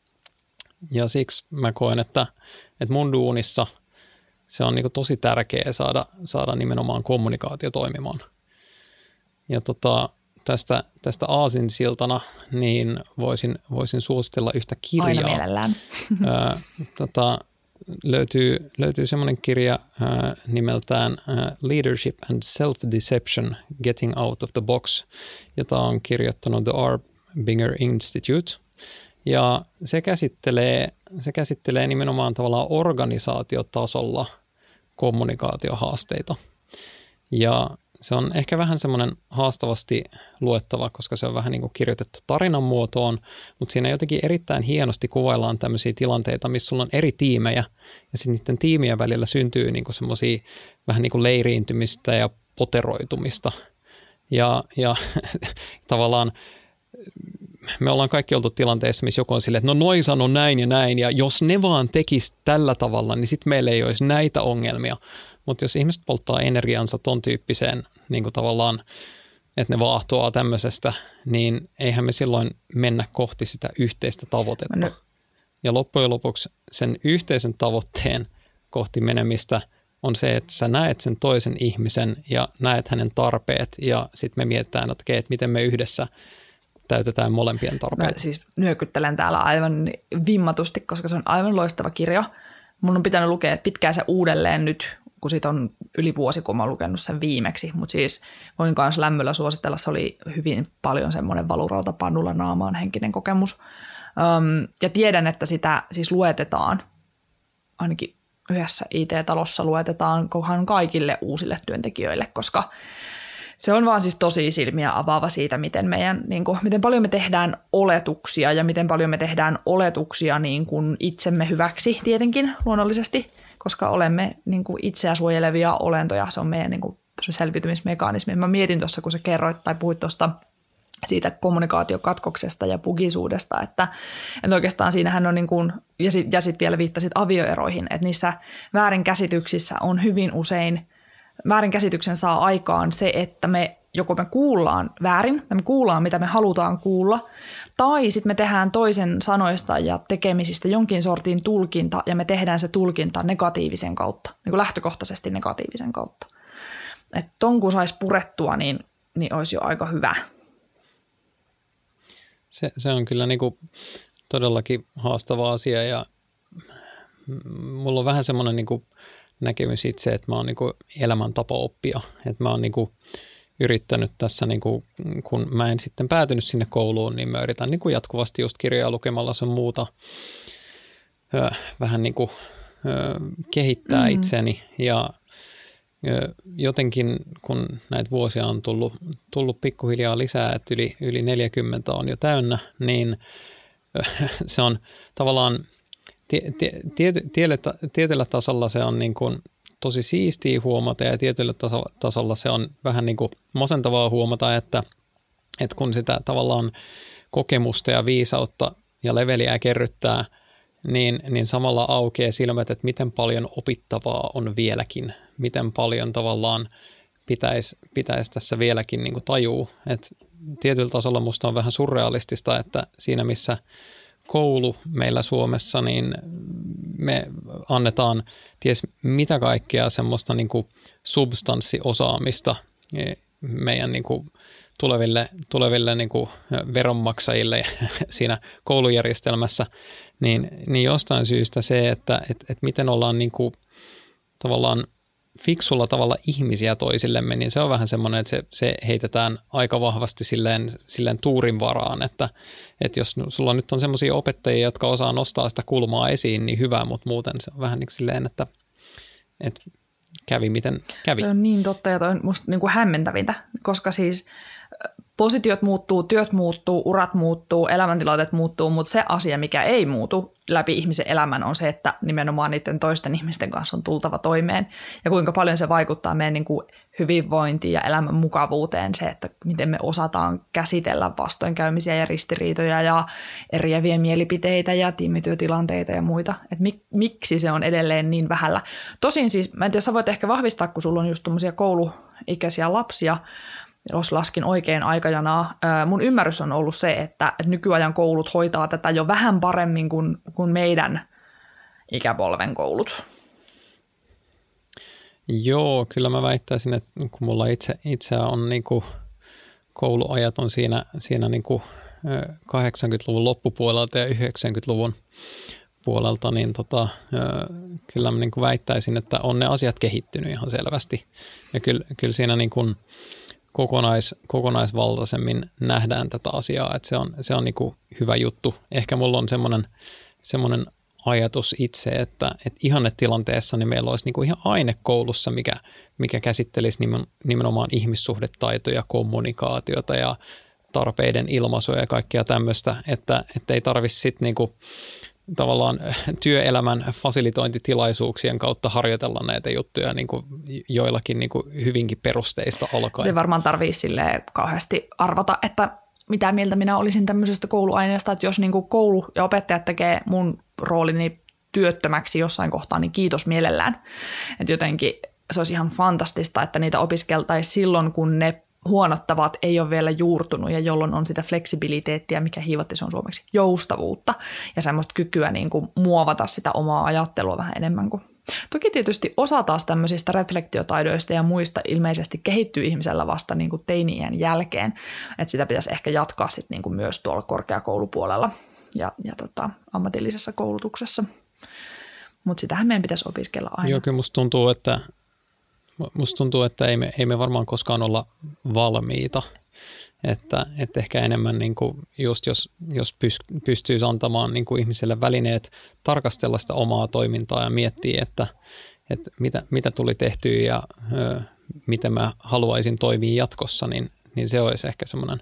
Speaker 2: Ja siksi mä koen, että, että mun duunissa se on niin kuin tosi tärkeää saada, saada nimenomaan kommunikaatio toimimaan. Ja tota, tästä, tästä aasinsiltana niin voisin, voisin suositella yhtä kirjaa.
Speaker 1: Aina mielellään.
Speaker 2: Ää, tota, löytyy, löytyy semmoinen kirja ää, nimeltään ää, Leadership and Self-Deception, Getting Out of the Box, jota on kirjoittanut The Arbinger Institute. Ja se käsittelee, se käsittelee nimenomaan tavallaan organisaatiotasolla kommunikaatiohaasteita. Ja se on ehkä vähän semmoinen haastavasti luettava, koska se on vähän niin kuin kirjoitettu tarinan muotoon, mutta siinä jotenkin erittäin hienosti kuvaillaan tämmöisiä tilanteita, missä sulla on eri tiimejä ja sitten niiden tiimien välillä syntyy niin kuin semmoisia vähän niin kuin leiriintymistä ja poteroitumista. Ja, ja tavallaan me ollaan kaikki oltu tilanteessa, missä joku on silleen, että no noi sano näin ja näin, ja jos ne vaan tekisi tällä tavalla, niin sitten meillä ei olisi näitä ongelmia. Mutta jos ihmiset polttaa energiansa ton tyyppiseen niin kuin tavallaan, että ne vaahtoaa tämmöisestä, niin eihän me silloin mennä kohti sitä yhteistä tavoitetta. No. Ja loppujen lopuksi sen yhteisen tavoitteen kohti menemistä on se, että sä näet sen toisen ihmisen ja näet hänen tarpeet, ja sitten me mietitään, että, okei, että miten me yhdessä täytetään molempien tarpeet.
Speaker 1: Mä siis nyökyttelen täällä aivan vimmatusti, koska se on aivan loistava kirja. Mun on pitänyt lukea pitkään se uudelleen nyt, kun siitä on yli vuosi, kun mä oon lukenut sen viimeksi. Mutta siis voin kanssa lämmöllä suositella, se oli hyvin paljon semmoinen valurauta pannulla naamaan henkinen kokemus. Öm, ja tiedän, että sitä siis luetetaan, ainakin yhdessä I T-talossa luetetaan kohan kaikille uusille työntekijöille, koska se on vaan siis tosi silmiä avaava siitä, miten, meidän, niin kuin, miten paljon me tehdään oletuksia ja miten paljon me tehdään oletuksia niin kuin itsemme hyväksi tietenkin luonnollisesti, koska olemme niin kuin itseä suojelevia olentoja. Se on meidän niin kuin, selviytymismekanismi. Mä mietin tuossa, kun sä kerroit tai puhuit tuosta siitä kommunikaatiokatkoksesta ja bugisuudesta, että, että oikeastaan siinähän on niin kuin, ja sitten sit vielä viittasit avioeroihin, että niissä väärinkäsityksissä on hyvin usein väärinkäsityksen saa aikaan se, että me joko me kuullaan väärin, me kuullaan mitä me halutaan kuulla, tai sitten me tehdään toisen sanoista ja tekemisistä jonkin sortin tulkinta, ja me tehdään se tulkinta negatiivisen kautta, niin kuin lähtökohtaisesti negatiivisen kautta. Että ton kun saisi purettua, niin, niin olisi jo aika hyvä.
Speaker 2: Se, se on kyllä niin kuin todellakin haastava asia, ja mulla on vähän semmoinen niin kuin näkemys itse, että mä oon niin kuin elämäntapaoppija, että mä oon niin kuin yrittänyt tässä, niin kuin, kun mä en sitten päätynyt sinne kouluun, niin mä yritän niin kuin jatkuvasti just kirjoja lukemalla sun muuta ö, vähän niin kuin ö, kehittää mm-hmm. itseni, ja ö, jotenkin kun näitä vuosia on tullut, tullut pikkuhiljaa lisää, että yli, yli neljäkymmentä on jo täynnä, niin ö, se on tavallaan Tietyllä tasolla se on niin kuin tosi siistiä huomata, ja tietyllä tasolla se on vähän niin kuin masentavaa huomata, että, että kun sitä tavallaan kokemusta ja viisautta ja leveliä kerryttää, niin, niin samalla aukeaa silmät, että miten paljon opittavaa on vieläkin, miten paljon tavallaan pitäisi, pitäisi tässä vieläkin niin kuin tajua. Että tietyllä tasolla musta on vähän surrealistista, että siinä missä koulu meillä Suomessa, niin me annetaan ties mitä kaikkea semmoista niin kuin substanssiosaamista meidän niin kuin tuleville, tuleville niin kuin veronmaksajille siinä koulujärjestelmässä, niin, niin jostain syystä se, että et, et miten ollaan niin kuin tavallaan fiksulla tavalla ihmisiä toisillemme, niin se on vähän semmoinen, että se, se heitetään aika vahvasti silleen, silleen tuurin varaan, että, että jos sulla nyt on semmoisia opettajia, jotka osaa nostaa sitä kulmaa esiin, niin hyvä, mutta muuten se on vähän niin silleen, että, että kävi miten kävi.
Speaker 1: Se on niin totta, ja toi on musta niin kuin hämmentävintä, koska siis positiot muuttuu, työt muuttuu, urat muuttuu, elämäntilanteet muuttuu, mutta se asia, mikä ei muutu läpi ihmisen elämän on se, että nimenomaan niiden toisten ihmisten kanssa on tultava toimeen ja kuinka paljon se vaikuttaa meidän niin kuin hyvinvointiin ja elämän mukavuuteen se, että miten me osataan käsitellä vastoinkäymisiä ja ristiriitoja ja eriäviä mielipiteitä ja tiimityötilanteita ja muita, että mik, miksi se on edelleen niin vähällä. Tosin siis, mä en tiedä, sä voit ehkä vahvistaa, kun sulla on just tommosia kouluikäisiä lapsia, jos laskin oikein aikajanaa. Mun ymmärrys on ollut se, että nykyajan koulut hoitaa tätä jo vähän paremmin kuin, kuin meidän ikäpolven koulut.
Speaker 2: Joo, kyllä mä väittäisin, että kun mulla itse, itseä on niin kuin kouluajat on siinä, siinä niin kuin kahdeksankymmentäluvun loppupuolelta ja yhdeksänkymmentäluvun puolelta, niin tota, kyllä mä niin kuin väittäisin, että on ne asiat kehittynyt ihan selvästi. Ja kyllä, kyllä siinä niin kuin kokonais, kokonaisvaltaisemmin nähdään tätä asiaa, että se on, se on niin kuin hyvä juttu. Ehkä mulla on semmoinen, semmoinen ajatus itse, että, että ihannetilanteessa niin meillä olisi niin kuin ihan aine koulussa, mikä, mikä käsittelisi nimen, nimenomaan ihmissuhdetaitoja, kommunikaatiota ja tarpeiden ilmaisuja ja kaikkea tämmöistä, että, että ei tarvitsisi sitten niin kuin tavallaan työelämän fasilitointitilaisuuksien kautta harjoitella näitä juttuja niin kuin joillakin niin kuin hyvinkin perusteista alkaen.
Speaker 1: Se varmaan tarvii silleen kauheasti arvata, että mitä mieltä minä olisin tämmöisestä kouluaineesta, että jos niin kuin koulu ja opettajat tekee mun roolini työttömäksi jossain kohtaa, niin kiitos mielellään. Että jotenkin se olisi ihan fantastista, että niitä opiskeltaisiin silloin, kun ne huonot tavat ei ole vielä juurtunut ja jolloin on sitä fleksibiliteettiä, mikä hiivatti se on suomeksi, joustavuutta ja semmoista kykyä niin kuin muovata sitä omaa ajattelua vähän enemmän kuin. Toki tietysti osa taas tämmöisistä reflektiotaidoista ja muista ilmeisesti kehittyy ihmisellä vasta niin kuin teini-iän jälkeen, että sitä pitäisi ehkä jatkaa sit niin kuin myös tuolla korkeakoulupuolella ja, ja tota, ammatillisessa koulutuksessa, mutta sitähän meidän pitäisi opiskella aina.
Speaker 2: Joo, kyllä musta tuntuu, että Musta tuntuu, että ei me, ei me varmaan koskaan olla valmiita, että, että ehkä enemmän niin kuin just jos, jos pystyisi antamaan niin kuin ihmiselle välineet tarkastella sitä omaa toimintaa ja miettiä, että, että mitä, mitä tuli tehtyä ja ö, miten mä haluaisin toimia jatkossa, niin, niin se olisi ehkä semmoinen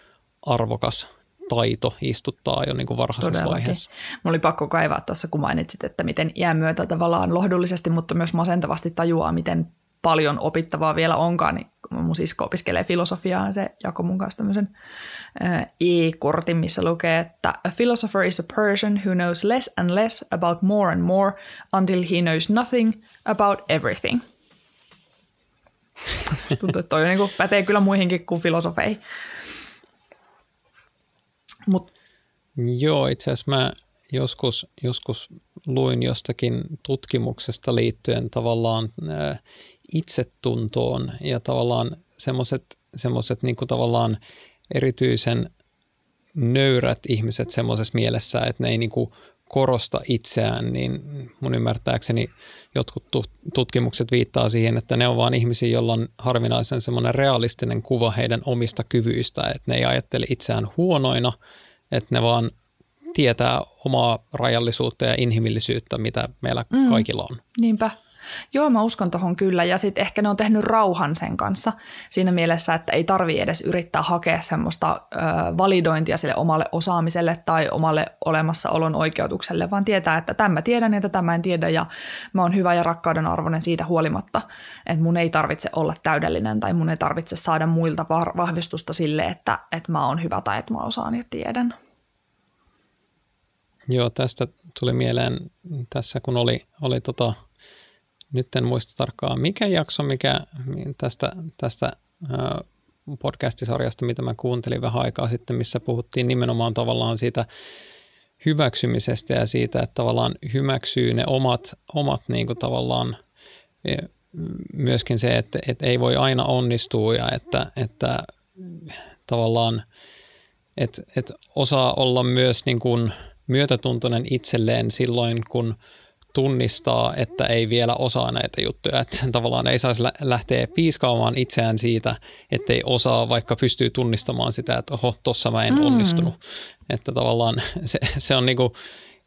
Speaker 2: arvokas taito istuttaa jo niin kuin varhaisessa
Speaker 1: Todellakin. Vaiheessa. Mulla oli pakko kaivaa tuossa, kun mainitsit, että miten iän myötä tavallaan lohdullisesti, mutta myös masentavasti tajuaa, miten paljon opittavaa vielä onkaan, niin mun sisko opiskelee filosofiaa, se jakoi mun kanssa tämmöisen e-kortin, missä lukee, että a philosopher is a person who knows less and less about more and more until he knows nothing about everything. Tuntuu, että toi niin kuin pätee kyllä muihinkin kuin filosofeihin. Mut.
Speaker 2: Joo, itse asiassa mä joskus, joskus luin jostakin tutkimuksesta liittyen tavallaan äh, itsetuntoon ja tavallaan semmoiset semmoiset niin kuin tavallaan erityisen nöyrät ihmiset semmoisessa mielessä, että ne ei niin kuin korosta itseään, niin mun ymmärtääkseni jotkut tutkimukset viittaa siihen, että ne on vaan ihmisiä, joilla on harvinaisen semmoinen realistinen kuva heidän omista kyvyistä, että ne ei ajattele itseään huonoina, että ne vaan tietää omaa rajallisuutta ja inhimillisyyttä, mitä meillä mm, kaikilla on.
Speaker 1: Niinpä. Joo, mä uskon tohon kyllä. Ja sitten ehkä ne on tehnyt rauhan sen kanssa siinä mielessä, että ei tarvitse edes yrittää hakea semmoista ö, validointia sille omalle osaamiselle tai omalle olemassaolon oikeutukselle, vaan tietää, että tämä tiedän ja tätä mä en tiedä ja mä oon hyvä ja rakkauden arvoinen siitä huolimatta, että mun ei tarvitse olla täydellinen tai mun ei tarvitse saada muilta vahvistusta sille, että, että mä oon hyvä tai että mä osaan ja tiedän.
Speaker 2: Joo, tästä tuli mieleen tässä, kun oli, oli tota, nyt en muista tarkkaan mikä jakso, mikä tästä, tästä podcastisarjasta, mitä mä kuuntelin vähän aikaa sitten, missä puhuttiin nimenomaan tavallaan siitä hyväksymisestä ja siitä, että tavallaan hyväksyy ne omat, omat niin kuin tavallaan myöskin se, että, että ei voi aina onnistua ja että, että tavallaan että, että osaa olla myös niin kuin myötätuntoinen itselleen silloin, kun tunnistaa, että ei vielä osaa näitä juttuja. Että tavallaan ei saisi lähteä piiskaamaan itseään siitä, ettei osaa, vaikka pystyy tunnistamaan sitä, että oho, tossa mä en onnistunut. Mm. Että tavallaan se, se on niinku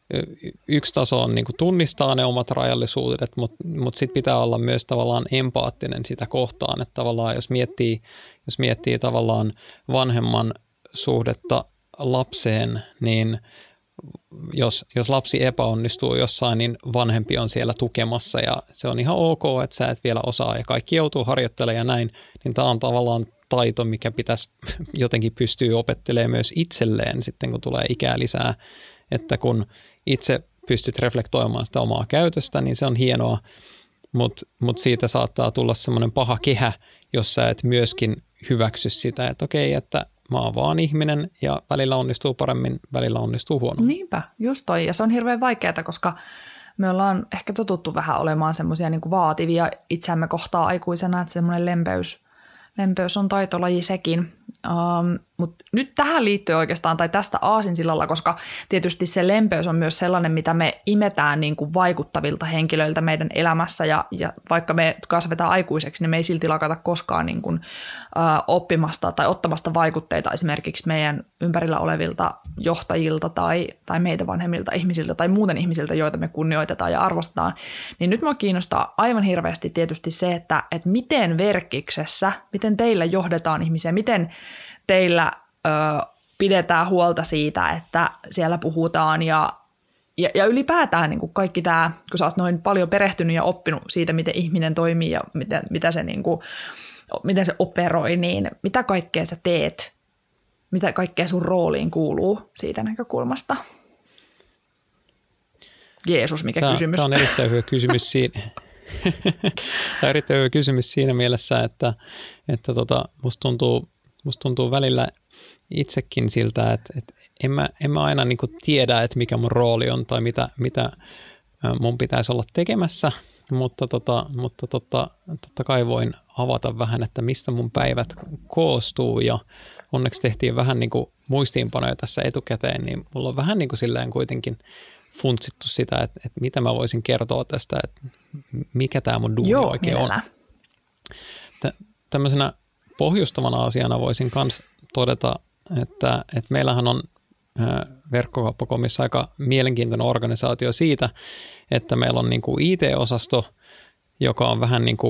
Speaker 2: yksi taso on niin kuin tunnistaa ne omat rajallisuudet, mutta mut sitten pitää olla myös tavallaan empaattinen sitä kohtaan, että tavallaan jos miettii, jos miettii tavallaan vanhemman suhdetta lapseen, niin jos, jos lapsi epäonnistuu jossain, niin vanhempi on siellä tukemassa ja se on ihan ok, että sä et vielä osaa ja kaikki joutuu harjoittelemaan ja näin, niin tämä on tavallaan taito, mikä pitäisi jotenkin pystyä opettelemaan myös itselleen sitten, kun tulee ikää lisää, että kun itse pystyt reflektoimaan sitä omaa käytöstä, niin se on hienoa, mutta mut siitä saattaa tulla semmoinen paha kehä, jos sä et myöskin hyväksy sitä, että okei, että mä oon vaan ihminen ja välillä onnistuu paremmin, välillä onnistuu huonommin.
Speaker 1: Niinpä, just toi. Ja se on hirveän vaikeaa, koska me ollaan ehkä totuttu vähän olemaan semmoisia niin kuin vaativia itseämme kohtaa aikuisena, että semmoinen lempeys, lempeys on taitolaji sekin. Um, Mutta nyt tähän liittyy oikeastaan, tai tästä aasinsillalla, koska tietysti se lempeys on myös sellainen, mitä me imetään niin kuin vaikuttavilta henkilöiltä meidän elämässä, ja, ja vaikka me kasvetaan aikuiseksi, niin me ei silti lakata koskaan niin kuin, uh, oppimasta tai ottamasta vaikutteita esimerkiksi meidän ympärillä olevilta johtajilta tai, tai meitä vanhemmilta ihmisiltä tai muuten ihmisiltä, joita me kunnioitetaan ja arvostetaan. Niin nyt minua kiinnostaa aivan hirveästi tietysti se, että, että miten Verkkiksessä, miten teillä johdetaan ihmisiä, miten teillä ö, pidetään huolta siitä, että siellä puhutaan ja, ja, ja ylipäätään niin kuin kaikki tämä, kun sä oot noin paljon perehtynyt ja oppinut siitä, miten ihminen toimii ja miten, mitä se, niin kuin, miten se operoi, niin mitä kaikkea sä teet, mitä kaikkea sun rooliin kuuluu siitä näkökulmasta? Jeesus, mikä
Speaker 2: tämä,
Speaker 1: kysymys.
Speaker 2: Tämä on erittäin hyvä kysymys siinä. Tämä on erittäin hyvä kysymys siinä mielessä, että, että tota, musta tuntuu, Musta tuntuu välillä itsekin siltä, että, että en, mä, en mä aina niin kuin tiedä, että mikä mun rooli on tai mitä, mitä mun pitäisi olla tekemässä, mutta, tota, mutta totta, totta kai voin avata vähän, että mistä mun päivät koostuu ja onneksi tehtiin vähän niin kuin muistiinpanoja tässä etukäteen, niin mulla on vähän niin kuin silleen kuitenkin funtsittu sitä, että, että mitä mä voisin kertoa tästä, että mikä tämä mun duuni
Speaker 1: Joo,
Speaker 2: oikein
Speaker 1: mielellä.
Speaker 2: on. Tä, tämmöisenä pohjustavana asiana voisin myös todeta, että, että meillähän on Verkkokauppa piste comissa aika mielenkiintoinen organisaatio siitä, että meillä on niin kuin I T-osasto, joka on vähän niin kuin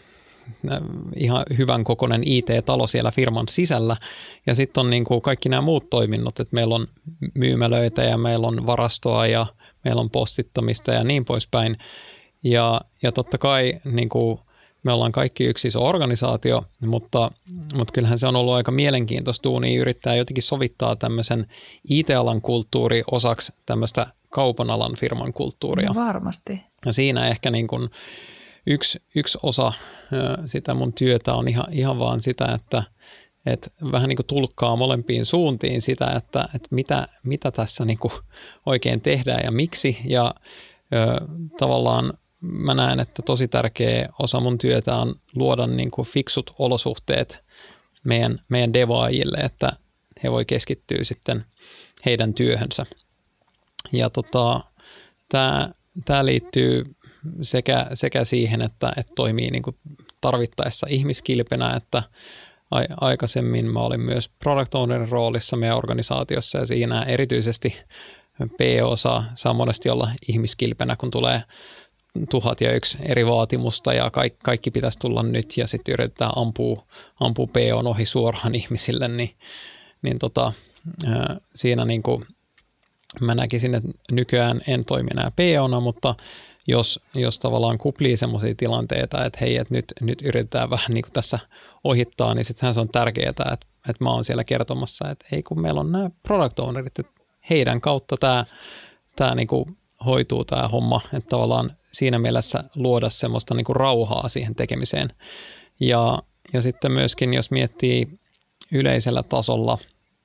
Speaker 2: ihan hyvän kokoinen I T-talo siellä firman sisällä, ja sitten on niin kuin kaikki nämä muut toiminnot, että meillä on myymälöitä ja meillä on varastoa ja meillä on postittamista ja niin poispäin, ja, ja totta kai niin kuin me ollaan kaikki yksi iso organisaatio, mutta, mutta kyllähän se on ollut aika mielenkiintoista duunia yrittää jotenkin sovittaa tämmöisen I T-alan kulttuuri osaksi tämmöistä kaupan alan firman kulttuuria.
Speaker 1: No varmasti.
Speaker 2: Ja siinä ehkä niin kuin yksi, yksi osa sitä mun työtä on ihan, ihan vaan sitä, että, että vähän niin kuin tulkkaa molempiin suuntiin sitä, että, että mitä, mitä tässä niin kuin oikein tehdään ja miksi. Ja ö, tavallaan mä näen, että tosi tärkeä osa mun työtä on luoda niin kuin fiksut olosuhteet meidän, meidän devaajille, että he voi keskittyä sitten heidän työhönsä. Ja tota, tämä, tämä liittyy sekä, sekä siihen, että, että toimii niin kuin tarvittaessa ihmiskilpenä, että aikaisemmin mä olin myös product ownerin roolissa meidän organisaatiossa ja siinä erityisesti P O saa, saa monesti olla ihmiskilpenä, kun tulee tuhat ja yksi eri vaatimusta ja kaikki, kaikki pitäisi tulla nyt ja sitten yritetään ampua, ampua P O:n ohi suoraan ihmisille, niin, niin tota, siinä niin kuin mä näkisin, että nykyään en toimi enää P O:na, mutta jos, jos tavallaan kuplii semmoisia tilanteita, että hei, että nyt, nyt yritetään vähän niin kuin tässä ohittaa, niin sittenhän se on tärkeää, että, että mä oon siellä kertomassa, että ei kun meillä on nämä product ownerit, että heidän kautta tämä, tämä niin kuin hoituu tämä homma, että tavallaan siinä mielessä luoda semmoista niin kuin rauhaa siihen tekemiseen. Ja, ja sitten myöskin, jos miettii yleisellä tasolla,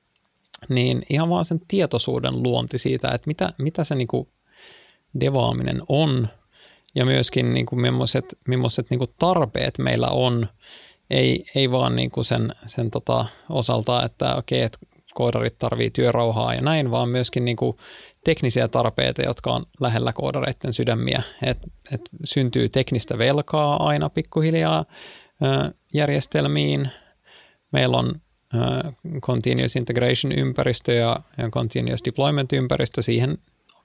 Speaker 2: niin ihan vaan sen tietoisuuden luonti siitä, että mitä, mitä se niin kuin devaaminen on ja myöskin niin kuin millaiset, millaiset niin kuin tarpeet meillä on, ei, ei vaan niin kuin sen, sen tota osalta, että okei, että koodarit tarvii työrauhaa ja näin, vaan myöskin niin kuin teknisiä tarpeita, jotka on lähellä koodareiden sydämiä, että et syntyy teknistä velkaa aina pikkuhiljaa ö, järjestelmiin. Meillä on ö, continuous integration-ympäristö ja, ja continuous deployment-ympäristö, siihen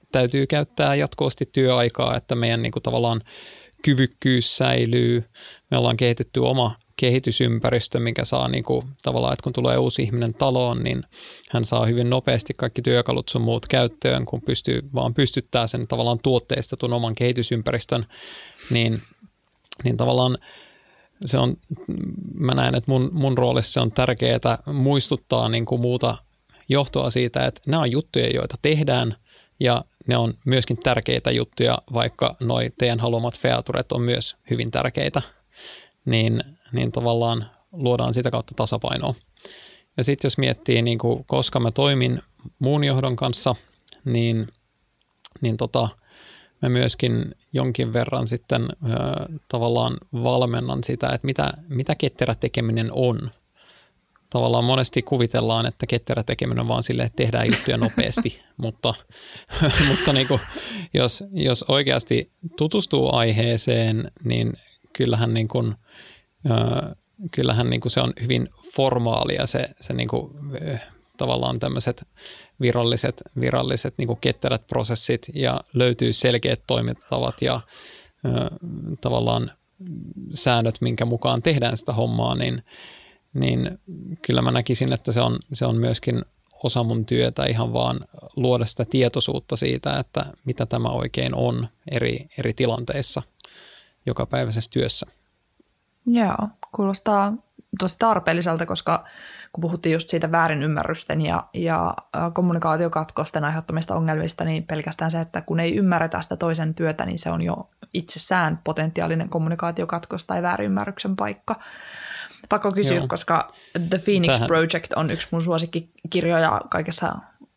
Speaker 2: täytyy käyttää jatkuvasti työaikaa, että meidän niin kuin tavallaan kyvykkyys säilyy. Me ollaan kehitetty oma kehitysympäristö, mikä saa niin kuin, tavallaan, että kun tulee uusi ihminen taloon, niin hän saa hyvin nopeasti kaikki työkalut sun muut käyttöön, kun pystyy vaan pystyttää sen tavallaan tuotteistetun oman kehitysympäristön, niin, niin tavallaan se on, mä näen, että mun, mun roolissa on tärkeää muistuttaa niin kuin muuta johtoa siitä, että nämä on juttuja, joita tehdään, ja ne on myöskin tärkeitä juttuja, vaikka noi teidän haluamat featuret on myös hyvin tärkeitä, niin, niin tavallaan luodaan sitä kautta tasapainoa. Ja sitten jos miettii, niin kuin, koska mä toimin muun johdon kanssa, niin, niin tota, mä myöskin jonkin verran sitten ö, tavallaan valmennan sitä, että mitä, mitä ketterä tekeminen on. Tavallaan monesti kuvitellaan, että ketterä tekeminen on vaan silleen, että tehdään juttuja nopeasti, mutta, mutta niin kuin, jos, jos oikeasti tutustuu aiheeseen, niin kyllähän, niin kuin, äh, kyllähän niin kuin se on hyvin formaalia se, se niin kuin, äh, tavallaan tämmöiset viralliset, viralliset niin kuin ketterät prosessit ja löytyy selkeät toimintatavat ja äh, tavallaan säännöt, minkä mukaan tehdään sitä hommaa, niin niin kyllä mä näkisin, että se on, se on myöskin osa mun työtä ihan vaan luoda sitä tietoisuutta siitä, että mitä tämä oikein on eri, eri tilanteissa jokapäiväisessä työssä.
Speaker 1: Joo, kuulostaa tosi tarpeelliselta, koska kun puhuttiin just siitä väärinymmärrysten ja, ja kommunikaatiokatkosten aiheuttamista ongelmista, niin pelkästään se, että kun ei ymmärretä sitä toisen työtä, niin se on jo itsessään potentiaalinen kommunikaatiokatkos tai väärinymmärryksen paikka. Pakko kysyä, Joo. koska The Phoenix Tähän. Project on yksi mun suosikkikirjoja kaikessa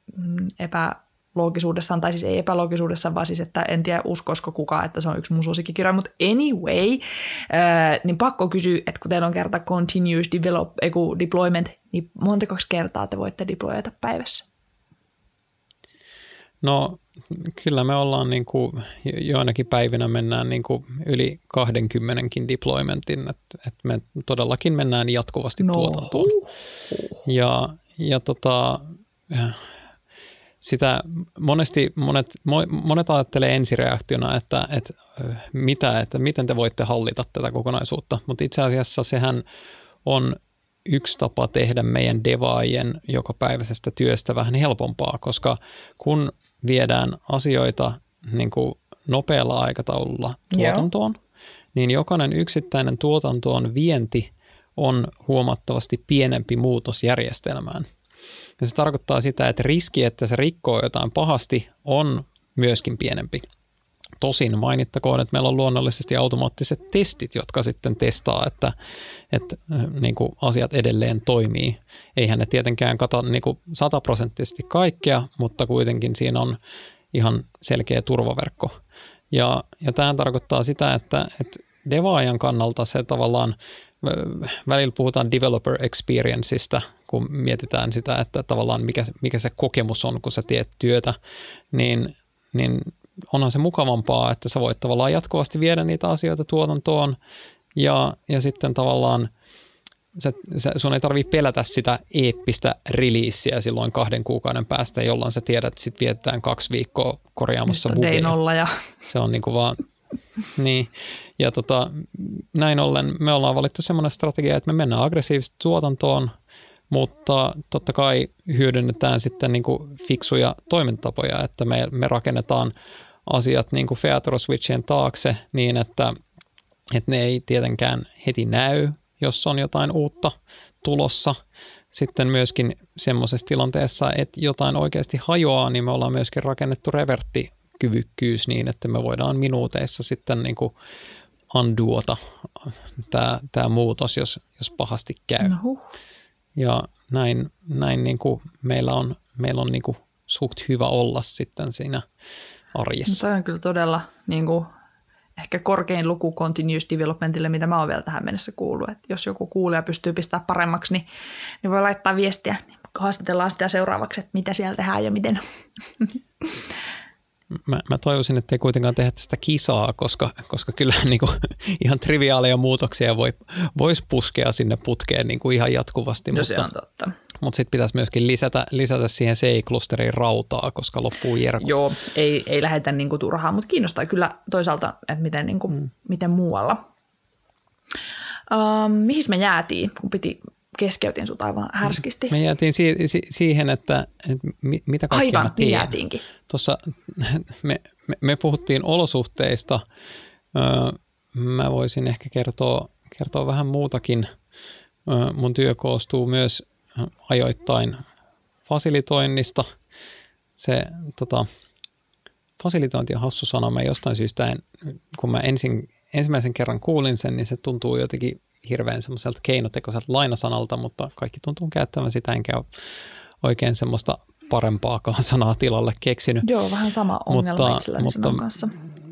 Speaker 1: epäloogisuudessaan, tai siis ei epäloogisuudessaan, vaan siis, että en tiedä uskoisiko kukaan, että se on yksi mun suosikkikirjoja, mutta anyway, äh, niin pakko kysyä, että kun teillä on kerta continuous develop, eiku, deployment, niin montako kertaa te voitte deployata päivässä?
Speaker 2: No kyllä me ollaan niin kuin, joinakin päivinä mennään niin kuin yli kaksikymmentäkin deploymentin, että, että me todellakin mennään jatkuvasti no. tuotantoon. Ja, ja tota, sitä monesti monet, monet ajattelee ensireaktiona, että, että, mitä, että miten te voitte hallita tätä kokonaisuutta, mutta itse asiassa sehän on yksi tapa tehdä meidän devaajien jokapäiväisestä työstä vähän helpompaa, koska kun viedään asioita niin kuin nopealla aikataululla tuotantoon, Joo. niin jokainen yksittäinen tuotantoon vienti on huomattavasti pienempi muutos järjestelmään. Ja se tarkoittaa sitä, että riski, että se rikkoo jotain pahasti, on myöskin pienempi. Tosin mainittakoon, että meillä on luonnollisesti automaattiset testit, jotka sitten testaa, että, että niin kuin asiat edelleen toimii. Eihän ne tietenkään kata niin kuin sataprosenttisesti kaikkea, mutta kuitenkin siinä on ihan selkeä turvaverkko. Ja, ja tämä tarkoittaa sitä, että, että devaajan kannalta se tavallaan, välillä puhutaan developer experienceista, kun mietitään sitä, että tavallaan mikä, mikä se kokemus on, kun sä teet työtä, niin, niin onhan se mukavampaa, että sä voit tavallaan jatkuvasti viedä niitä asioita tuotantoon ja, ja sitten tavallaan sä, sä, sun ei tarvitse pelätä sitä eeppistä releaseä silloin kahden kuukauden päästä, jolloin sä tiedät, että sit vietetään kaksi viikkoa korjaamassa bugeja. Ja... Se on niin kuin vaan, niin. Ja tota, näin ollen me ollaan valittu semmoinen strategia, että me mennään aggressiivisesti tuotantoon, mutta totta kai hyödynnetään sitten niin kuin fiksuja toimintatapoja, että me, me rakennetaan asiat niin kuin feature switchien taakse niin, että, että ne ei tietenkään heti näy, jos on jotain uutta tulossa. Sitten myöskin semmoisessa tilanteessa, että jotain oikeasti hajoaa, niin me ollaan myöskin rakennettu reverttikyvykkyys niin, että me voidaan minuuteissa sitten niin kuin undoota tämä, tämä muutos, jos, jos pahasti käy. No. Ja näin, näin niin kuin meillä on, meillä on niin kuin suht hyvä olla sitten siinä arjessa.
Speaker 1: No, toi on kyllä todella niin kuin, ehkä korkein luku continuous developmentille, mitä mä oon vielä tähän mennessä kuullut. Että jos joku kuulija pystyy pistämään paremmaksi, niin, niin voi laittaa viestiä. Haastatellaan sitä seuraavaksi, että mitä siellä tehdään ja miten.
Speaker 2: Mä, mä toivoisin, että ei kuitenkaan tehdä tästä kisaa, koska, koska kyllä niin kuin, ihan triviaaleja muutoksia voi, voisi puskea sinne putkeen niin kuin ihan jatkuvasti.
Speaker 1: No
Speaker 2: mutta,
Speaker 1: se on totta.
Speaker 2: mutta sitten pitäisi myöskin lisätä, lisätä siihen C I-klusteriin rautaa, koska loppuu jerkut.
Speaker 1: Joo, ei, ei lähdetä niinku turhaan, mutta kiinnostaa kyllä toisaalta, että miten, niinku, mm. miten muualla. Um, mihin me jäätiin, kun piti keskeytin sut aivan härskisti?
Speaker 2: Me jäätiin si- si- siihen, että, että mi- mitä kaikkea
Speaker 1: aivan,
Speaker 2: mä teen.
Speaker 1: Aivan, jäätiinkin.
Speaker 2: Tuossa me, me, me puhuttiin olosuhteista. Öö, mä voisin ehkä kertoa, kertoa vähän muutakin. Öö, mun työ koostuu myös ajoittain fasilitoinnista. Se tota, fasilitointi on hassu sana. Mä jostain syystä, en, kun mä ensin, ensimmäisen kerran kuulin sen, niin se tuntuu jotenkin hirveän semmoiselta keinotekoiselta lainasanalta, mutta kaikki tuntuu käyttävän sitä, enkä ole oikein semmoista parempaakaan sanaa tilalle keksinyt.
Speaker 1: Joo, vähän sama ongelma
Speaker 2: mutta,
Speaker 1: itselläni
Speaker 2: mutta,
Speaker 1: sanan kanssa.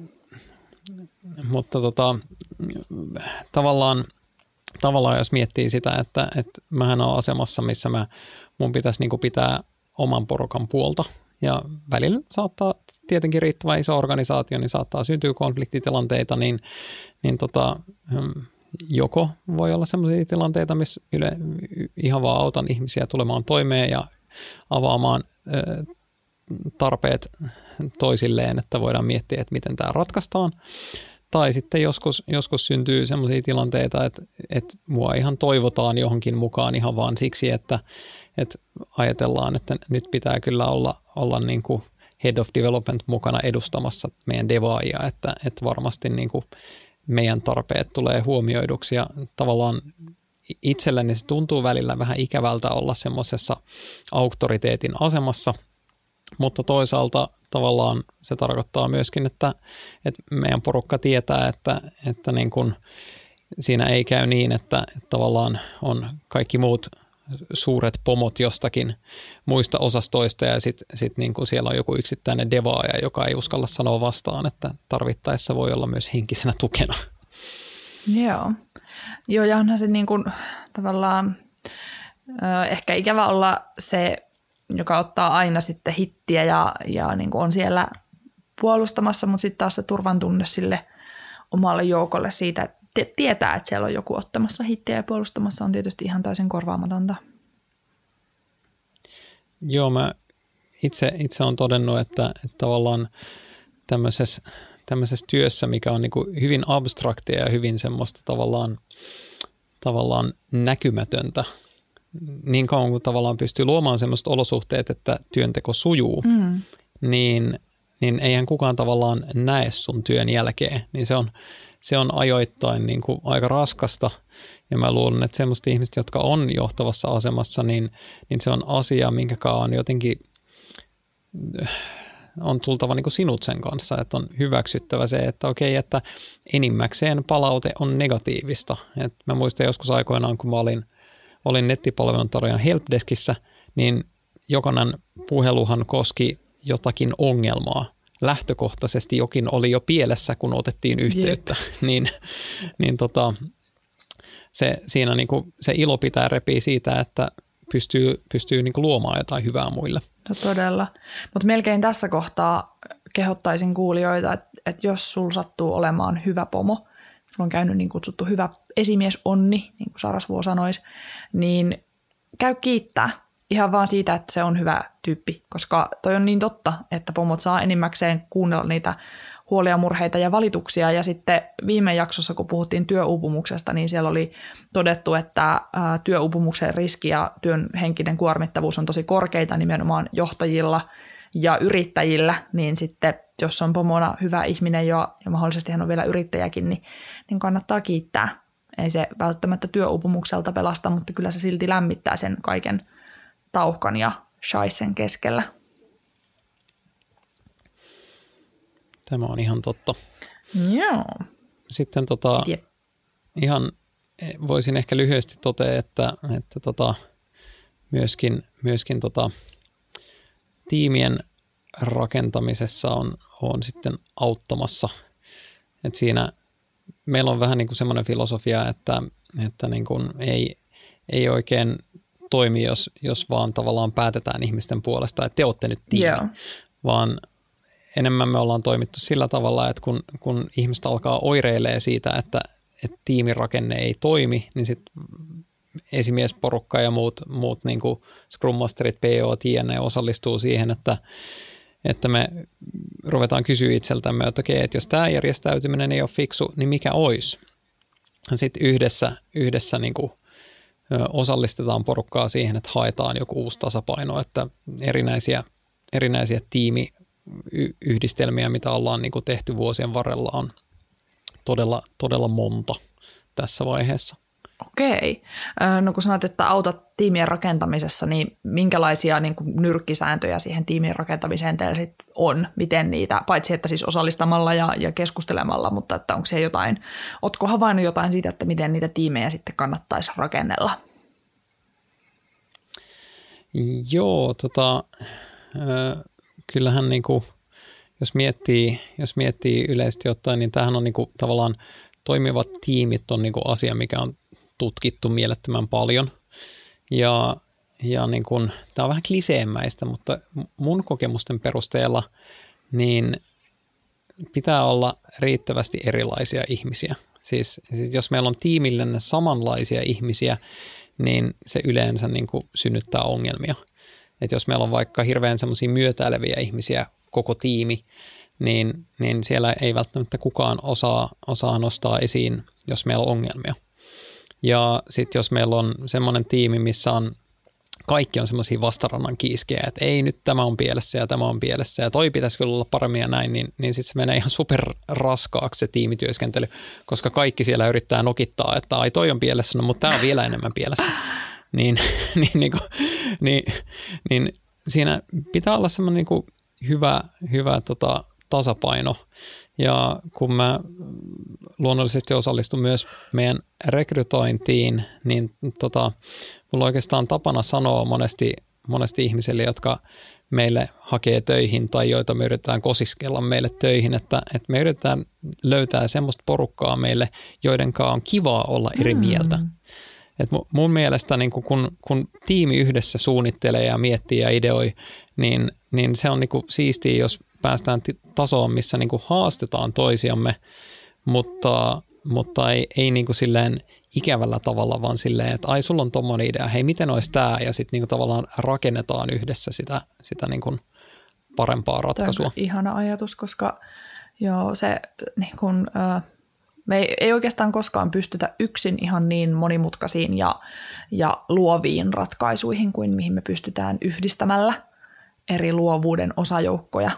Speaker 2: Mutta tota, tavallaan, tavallaan jos miettii sitä, että, että mähän olen asemassa, missä mä, mun pitäisi niin kuin pitää oman porukan puolta ja välillä saattaa tietenkin riittävän iso organisaatio, niin saattaa syntyä konfliktitilanteita, niin, niin tota, joko voi olla sellaisia tilanteita, missä yle, ihan vaan autan ihmisiä tulemaan toimeen ja avaamaan ö, tarpeet toisilleen, että voidaan miettiä, että miten tämä ratkaistaan. Tai sitten joskus, joskus syntyy sellaisia tilanteita, että, että mua ihan toivotaan johonkin mukaan ihan vaan siksi, että, että ajatellaan, että nyt pitää kyllä olla, olla niin kuin head of development mukana edustamassa meidän devaajia, että, että varmasti niin kuin meidän tarpeet tulee huomioiduksi ja tavallaan itselleni se tuntuu välillä vähän ikävältä olla semmoisessa auktoriteetin asemassa, mutta toisaalta tavallaan se tarkoittaa myöskin, että, että meidän porukka tietää, että, että niin kuin siinä ei käy niin, että, että tavallaan on kaikki muut suuret pomot jostakin muista osastoista ja sitten sit niin kuin siellä on joku yksittäinen devaaja, joka ei uskalla sanoa vastaan, että tarvittaessa voi olla myös henkisenä tukena.
Speaker 1: Joo, Joo ja onhan se niin kuin, tavallaan ö, ehkä ikävä olla se, joka ottaa aina sitten hittiä ja, ja niin kuin on siellä puolustamassa, mutta sitten taas se turvan tunne sille omalle joukolle siitä, että tietää, että siellä on joku ottamassa hittiä ja puolustamassa on tietysti ihan täysin korvaamatonta.
Speaker 2: Joo, mä itse, itse olen todennut, että, että tavallaan tämmöisessä, tämmöisessä työssä, mikä on niin kuin hyvin abstraktia ja hyvin semmoista tavallaan, tavallaan näkymätöntä, niin kauan kuin tavallaan pystyy luomaan semmoiset olosuhteet, että työnteko sujuu, mm. niin, niin eihän kukaan tavallaan näe sun työn jälkeen, niin se on Se on ajoittain niin kuin aika raskasta ja mä luulen, että semmoiset ihmiset, jotka on johtavassa asemassa, niin, niin se on asia, minkäkaan jotenkin on tultava niin kuin sinut sen kanssa, että on hyväksyttävä se, että okei, että enimmäkseen palaute on negatiivista. Et mä muistan joskus aikoinaan, kun mä olin, olin nettipalvelun tarjoajan helpdeskissä, niin jokainen puheluhan koski jotakin ongelmaa. Lähtökohtaisesti jokin oli jo pielessä, kun otettiin yhteyttä, niin, niin tota, se, siinä niinku, se ilo pitää repiä siitä, että pystyy, pystyy niinku luomaan jotain hyvää muille.
Speaker 1: No todella, mutta melkein tässä kohtaa kehottaisin kuulijoita, että, että jos sulla sattuu olemaan hyvä pomo, sulla on käynyt niin kutsuttu hyvä esimies onni, niin kuin Sarasvuo sanoisi, niin käy kiittää. Ihan vaan siitä, että se on hyvä tyyppi, koska toi on niin totta, että pomot saa enimmäkseen kuunnella niitä huolia, murheita ja valituksia. Ja sitten viime jaksossa, kun puhuttiin työuupumuksesta, niin siellä oli todettu, että työuupumuksen riski ja työn henkinen kuormittavuus on tosi korkeita nimenomaan johtajilla ja yrittäjillä. Niin sitten, jos on pomona hyvä ihminen jo, ja mahdollisesti hän on vielä yrittäjäkin, niin, niin kannattaa kiittää. Ei se välttämättä työuupumukselta pelasta, mutta kyllä se silti lämmittää sen kaiken tauhkan ja shaisen keskellä.
Speaker 2: Tämä on ihan totta.
Speaker 1: Joo.
Speaker 2: Sitten tota, ihan voisin ehkä lyhyesti totea, että, että tota, myöskin, myöskin tota, tiimien rakentamisessa on, on sitten auttamassa. Et siinä meillä on vähän niin kuin semmoinen filosofia, että, että niin kuin ei, ei oikein toimi, jos, jos vaan tavallaan päätetään ihmisten puolesta, että te olette nyt tiimi, yeah. vaan enemmän me ollaan toimittu sillä tavalla, että kun, kun ihmiset alkaa oireilee siitä, että, että tiimirakenne ei toimi, niin sitten esimiesporukka ja muut, muut niin kuin Scrum Masterit, P O, T N osallistuu siihen, että, että me ruvetaan kysyä itseltämme, että okei, että jos tämä järjestäytyminen ei ole fiksu, niin mikä olisi? Sitten yhdessä, yhdessä niin kuin osallistetaan porukkaa siihen, että haetaan joku uusi tasapaino, että erinäisiä, erinäisiä tiimiyhdistelmiä, mitä ollaan niin kuin tehty vuosien varrella, on todella, todella monta tässä vaiheessa.
Speaker 1: Okei. No kun sanoit, että autat tiimien rakentamisessa, niin minkälaisia niin kuin nyrkkisääntöjä siihen tiimien rakentamiseen teillä sit on? Miten niitä, paitsi että siis osallistamalla ja, ja keskustelemalla, mutta että onko se jotain, ootko havainnut jotain siitä, että miten niitä tiimejä sitten kannattaisi rakennella?
Speaker 2: Joo, tota, kyllähän niin kuin, jos miettii, jos miettii yleisesti ottaen, niin tämähän on niin kuin, tavallaan toimivat tiimit on niin kuin asia, mikä on tutkittu mielettömän paljon. Ja, ja niin kuin, tämä on vähän kliseemäistä, mutta mun kokemusten perusteella niin pitää olla riittävästi erilaisia ihmisiä. Siis, siis jos meillä on tiimillinen samanlaisia ihmisiä, niin se yleensä niin kuin synnyttää ongelmia. Et jos meillä on vaikka hirveän semmoisia myötäileviä ihmisiä koko tiimi, niin, niin siellä ei välttämättä kukaan osaa, osaa nostaa esiin, jos meillä on ongelmia. Ja sitten jos meillä on semmoinen tiimi, missä on kaikki on semmoisia vastarannan kiiskejä, että ei nyt tämä on pielessä ja tämä on pielessä ja toi pitäisi kyllä olla paremmin ja näin, niin, niin sitten se menee ihan super raskaaksi se tiimityöskentely, koska kaikki siellä yrittää nokittaa, että ai toi on pielessä, no mutta tämä on vielä enemmän pielessä. niin, niin, niin, kuin, niin, niin siinä pitää olla semmoinen niin kuin hyvä, hyvä tota, tasapaino. Ja kun mä luonnollisesti osallistun myös meidän rekrytointiin, niin tota, mulla on oikeastaan tapana sanoa monesti, monesti ihmisille, jotka meille hakee töihin tai joita me yritetään kosiskella meille töihin, että, että me yritetään löytää semmoista porukkaa meille, joiden kanssa on kivaa olla eri mieltä. Mm. Et mun mielestä niin kun, kun tiimi yhdessä suunnittelee ja miettii ja ideoi, niin, niin se on niin kuin siistiä, jos päästään tasoon, missä niin kuin haastetaan toisiamme, mutta, mutta ei, ei niin kuin silleen ikävällä tavalla, vaan silleen, että ai sulla on tommoinen idea, hei miten olisi tämä, ja sitten niin kuin tavallaan rakennetaan yhdessä sitä, sitä niin kuin parempaa ratkaisua.
Speaker 1: Tämä on ihana ajatus, koska joo, se niin kuin, äh, me ei, ei oikeastaan koskaan pystytä yksin ihan niin monimutkaisiin ja, ja luoviin ratkaisuihin kuin mihin me pystytään yhdistämällä eri luovuuden osajoukkoja.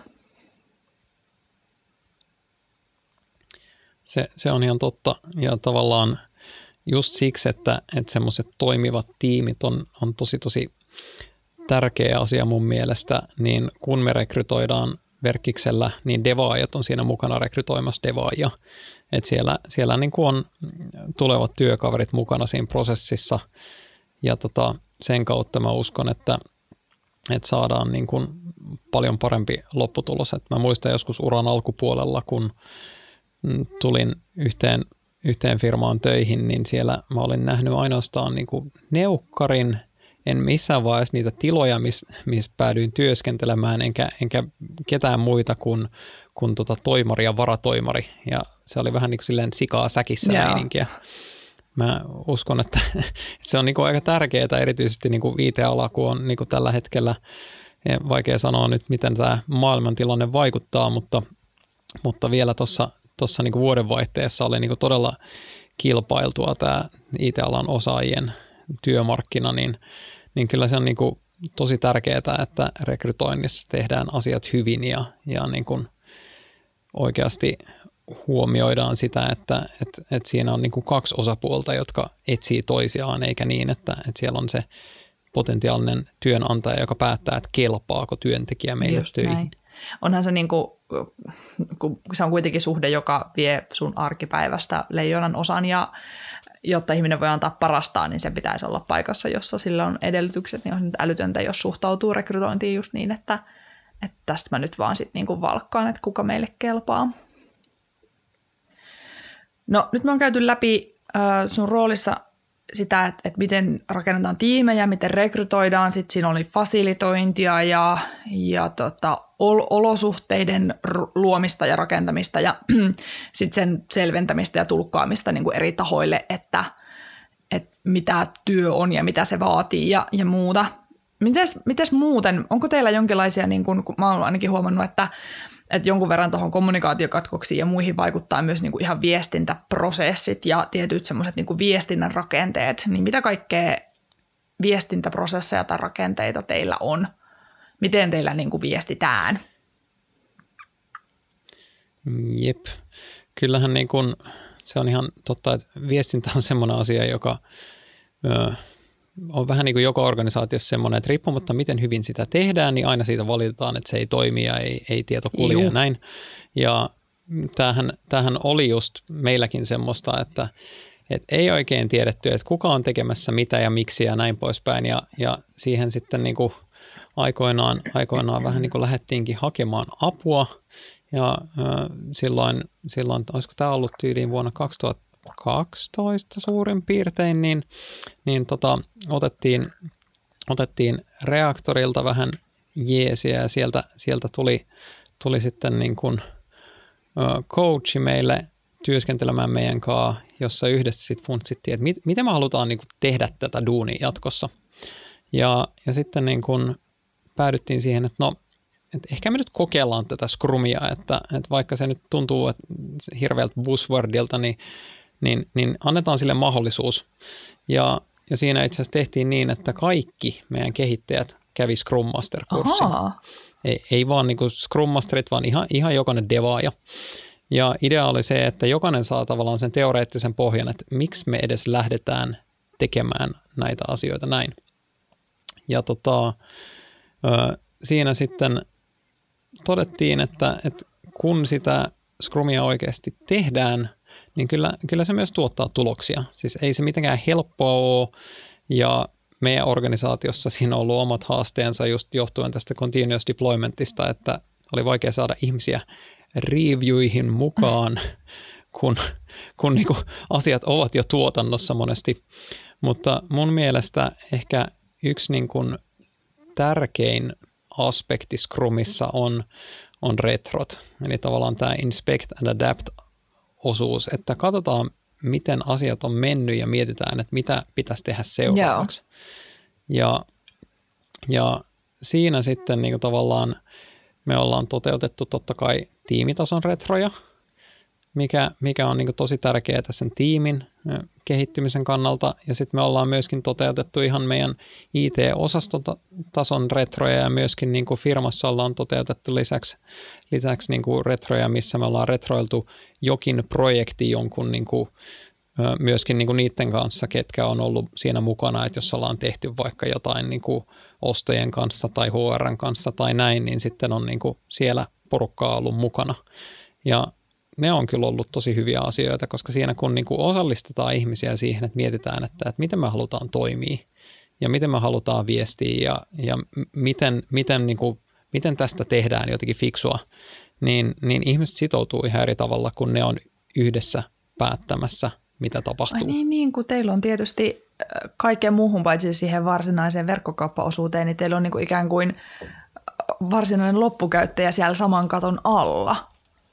Speaker 2: Se, se on ihan totta ja tavallaan just siksi, että, että semmoiset toimivat tiimit on, on tosi tosi tärkeä asia mun mielestä, niin kun me rekrytoidaan Verkkiksellä, niin devaajat on siinä mukana rekrytoimassa devaajia. Että siellä, siellä niin kuin on tulevat työkaverit mukana siinä prosessissa ja tota, sen kautta mä uskon, että, että saadaan niin kuin paljon parempi lopputulos. Et mä muistan joskus uran alkupuolella, kun tulin yhteen, yhteen firmaan töihin, niin siellä mä olin nähnyt ainoastaan niin kuin neukkarin, en missään vaiheessa niitä tiloja, missä mis päädyin työskentelemään, enkä, enkä ketään muita kuin, kuin tota toimari ja varatoimari. Ja se oli vähän niin kuin silleen sikaa säkissä yeah. meininkiä. Mä uskon, että, että se on niin kuin aika tärkeää, erityisesti niin kuin I T-ala, kun on niin kuin tällä hetkellä, vaikea sanoa nyt, miten tämä maailmantilanne vaikuttaa, mutta, mutta vielä tuossa tuossa niin kuin vuodenvaihteessa oli niin kuin todella kilpailtua tämä I T-alan osaajien työmarkkina, niin, niin kyllä se on niin kuin tosi tärkeää, että rekrytoinnissa tehdään asiat hyvin ja, ja niin kuin oikeasti huomioidaan sitä, että, että, että siinä on niin kuin kaksi osapuolta, jotka etsii toisiaan, eikä niin, että, että siellä on se potentiaalinen työnantaja, joka päättää, että kelpaako työntekijä meille just töihin. Näin.
Speaker 1: Onhan se niin kuin, kun se on kuitenkin suhde, joka vie sun arkipäivästä leijonan osan ja jotta ihminen voi antaa parastaan, niin se pitäisi olla paikassa, jossa sillä on edellytykset, niin on nyt älytöntä, jos suhtautuu rekrytointiin just niin, että, että tästä mä nyt vaan sitten niin kuin valkkaan, että kuka meille kelpaa. No nyt me on käyty läpi äh, sun roolissa sitä, että, että miten rakennetaan tiimejä, miten rekrytoidaan, sitten siinä oli fasilitointia ja, ja tota, ol, olosuhteiden luomista ja rakentamista ja sitten sen selventämistä ja tulkkaamista niin kuin eri tahoille, että, että mitä työ on ja mitä se vaatii ja, ja muuta. Mites, mites muuten, onko teillä jonkinlaisia, niin kun, kun mä oon ainakin huomannut, että, että jonkun verran tuohon kommunikaatiokatkoksiin ja muihin vaikuttaa myös niin kuin ihan viestintäprosessit ja tietyt semmoiset niin kuin viestinnän rakenteet, niin mitä kaikkea viestintäprosesseja tai rakenteita teillä on? Miten teillä niin kuin viestitään?
Speaker 2: Jep, kyllähän niin kuin, se on ihan totta, että viestintä on semmoinen asia, joka ö, on vähän niin kuin joka organisaatiossa semmoinen, että riippumatta miten hyvin sitä tehdään, niin aina siitä valitetaan, että se ei toimi ja ei, ei tieto kulje ja näin. Ja tämähän, tämähän oli just meilläkin semmoista, että, että ei oikein tiedetty, että kuka on tekemässä mitä ja miksi ja näin poispäin. Ja, ja siihen sitten niin kuin aikoinaan, aikoinaan vähän niin kuin lähdettiinkin hakemaan apua. Ja äh, silloin, silloin, olisiko tämä ollut tyyliin vuonna kaksituhattakaksitoista suurin piirtein, niin, niin tota, otettiin, otettiin Reaktorilta vähän jeesiä ja sieltä, sieltä tuli, tuli sitten niin kuin, äh, coachi meille työskentelemään meidän kanssa, jossa yhdessä sitten funtsittiin, että mit, miten me halutaan niin kuin tehdä tätä duunia jatkossa. Ja, ja sitten niin kuin päädyttiin siihen, että no, että ehkä me nyt kokeillaan tätä Scrumia, että, että vaikka se nyt tuntuu että hirveältä buzzwordilta, niin, niin, niin annetaan sille mahdollisuus. Ja, ja siinä itse asiassa tehtiin niin, että kaikki meidän kehittäjät kävi Scrum Master-kurssin. Ei, ei vaan niin kuin Scrum Masterit, vaan ihan, ihan jokainen devaaja. Ja idea oli se, että jokainen saa tavallaan sen teoreettisen pohjan, että miksi me edes lähdetään tekemään näitä asioita näin. Ja tota, siinä sitten todettiin, että, että kun sitä Scrumia oikeasti tehdään, niin kyllä, kyllä se myös tuottaa tuloksia. Siis ei se mitenkään helppoa ole, ja meidän organisaatiossa siinä on ollut omat haasteensa just johtuen tästä continuous deploymentista, että oli vaikea saada ihmisiä revieweihin mukaan, kun, kun niin kuin asiat ovat jo tuotannossa monesti. Mutta mun mielestä ehkä yksi niin kuin tärkein aspekti Scrumissa on, on retrot, eli tavallaan tämä inspect and adapt osuus, että katsotaan, miten asiat on mennyt ja mietitään, että mitä pitäisi tehdä seuraavaksi. Ja, ja siinä sitten niin kuin tavallaan me ollaan toteutettu totta kai tiimitason retroja, mikä, mikä on niin kuin tosi tärkeää sen tiimin kehittymisen kannalta. Ja sitten me ollaan myöskin toteutettu ihan meidän I T-osastotason retroja ja myöskin niin kuin firmassa ollaan toteutettu lisäksi, lisäksi niin kuin retroja, missä me ollaan retroiltu jokin projekti jonkun niin kuin, myöskin niin kuin niiden kanssa, ketkä on ollut siinä mukana, että jos ollaan tehty vaikka jotain niin kuin ostojen kanssa tai H R:n kanssa tai näin, niin sitten on niin kuin siellä porukkaa ollut mukana. Ja ne on kyllä ollut tosi hyviä asioita, koska siinä kun niin kuin osallistetaan ihmisiä siihen, että mietitään, että, että miten me halutaan toimia ja miten me halutaan viestiä ja, ja miten, miten, niin kuin, miten tästä tehdään jotenkin fiksua, niin, niin ihmiset sitoutuu ihan eri tavalla, kun ne on yhdessä päättämässä, mitä tapahtuu.
Speaker 1: Ai niin, niin, kun teillä on tietysti kaikkeen muuhun paitsi siihen varsinaiseen verkkokauppaosuuteen, niin teillä on niin kuin ikään kuin varsinainen loppukäyttäjä siellä saman katon alla.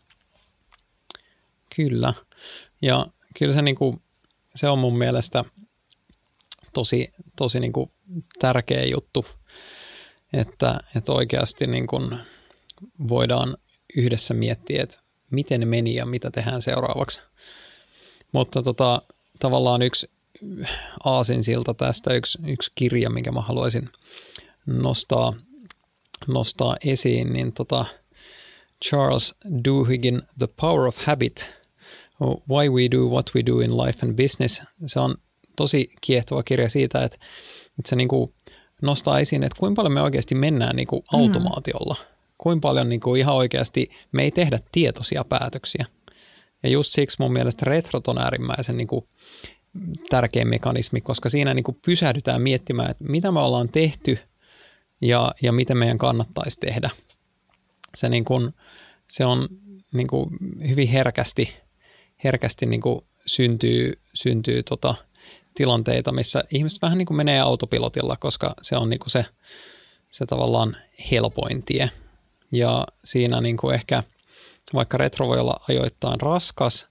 Speaker 2: Kyllä. Ja kyllä se, niin kuin, se on mun mielestä tosi, tosi niin kuin tärkeä juttu, että, että oikeasti niin kuin voidaan yhdessä miettiä, että miten meni ja mitä tehdään seuraavaksi. Mutta tota, tavallaan yksi aasinsilta tästä, yksi, yksi kirja, minkä mä haluaisin nostaa, nostaa esiin, niin tota Charles Duhiggin The Power of Habit, Why We Do What We Do in Life and Business. Se on tosi kiehtova kirja siitä, että, että se niin kuin nostaa esiin, että kuinka paljon me oikeasti mennään niin kuin automaatiolla. Mm. Kuinka paljon niin kuin ihan oikeasti me ei tehdä tietoisia päätöksiä. Ja just siksi mun mielestä retrot on äärimmäisen niin kuin tärkeä mekanismi, koska siinä niin kuin pysähdytään miettimään, että mitä me ollaan tehty ja, ja mitä meidän kannattaisi tehdä. Se, niin kuin, se on niin kuin hyvin herkästi, herkästi niin kuin syntyy, syntyy tota tilanteita, missä ihmiset vähän niin kuin menee autopilotilla, koska se on niin kuin se, se tavallaan helpoin tie. Ja siinä niin kuin ehkä, vaikka retro voi olla ajoittain raskas,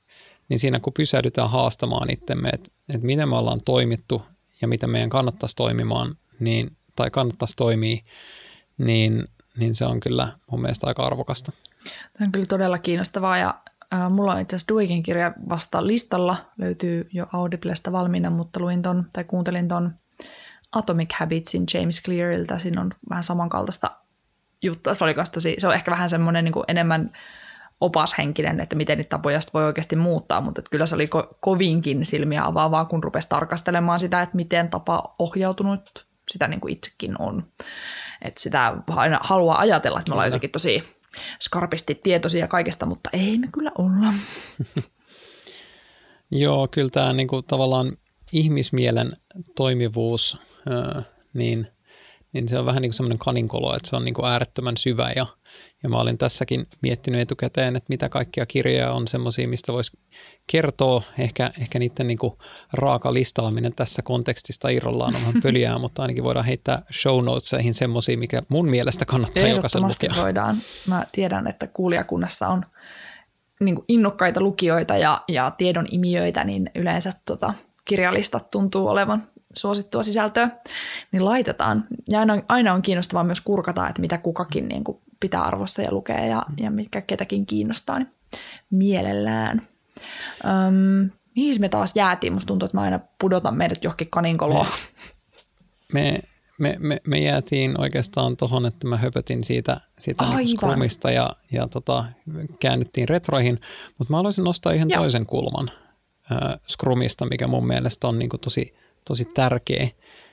Speaker 2: niin siinä kun pysähdytään haastamaan itsemme, että, että miten me ollaan toimittu ja miten meidän kannattaisi toimimaan, niin, tai kannattaisi toimia, niin, niin se on kyllä mun mielestä aika arvokasta.
Speaker 1: Tämä on kyllä todella kiinnostavaa ja äh, mulla on itse asiassa Dweigin kirja vasta listalla, löytyy jo Audiblesta valmiina, mutta luin ton tai kuuntelin ton Atomic Habitsin James Clearilta, siinä on vähän samankaltaista juttua, se oli tosi, se on ehkä vähän semmoinen niin kuin enemmän opashenkinen, että miten niitä tapoja voi oikeasti muuttaa, mutta kyllä se oli ko- kovinkin silmiä avaavaa, kun rupesi tarkastelemaan sitä, että miten tapa ohjautunut sitä niin kuin itsekin on. Että sitä aina haluaa ajatella, että me ollaan jotenkin tosi skarpisti tietoisia kaikesta, mutta ei me kyllä olla.
Speaker 2: Joo, kyllä tämä niin kuin tavallaan ihmismielen toimivuus, niin, niin se on vähän niin kuin semmoinen kaninkolo, että se on niin kuin äärettömän syvä ja, ja mä olin tässäkin miettinyt etukäteen, että mitä kaikkia kirjoja on semmoisia, mistä voisi kertoa. Ehkä, ehkä niiden niin kuin raaka listaaminen tässä kontekstista irrallaan on vähän pöliää, mutta ainakin voidaan heittää show notesihin semmoisia, mikä mun mielestä kannattaa jokaisen lukea.
Speaker 1: Ehdottomasti voidaan. Mä tiedän, että kuulijakunnassa on niin kuin innokkaita lukijoita ja, ja tiedon imijöitä, niin yleensä tota, kirjalistat tuntuu olevan suosittua sisältöä, niin laitetaan. Ja aina, aina on kiinnostavaa myös kurkata, että mitä kukakin niin kuin pitää arvossa ja lukee ja, ja mitkä ketäkin kiinnostaa, niin mielellään. Öm, mihin me taas jäätiin? Musta tuntuu, että mä aina pudotan meidät johonkin kaninkoloon.
Speaker 2: Me, me, me, me jäätiin oikeastaan tuohon, että mä höpötin siitä, siitä niin Scrumista ja, ja tota, käännyttiin retroihin, mutta mä haluaisin nostaa ihan Joo. toisen kulman äh, Scrumista, mikä mun mielestä on niin kuin tosi tosi tärkeä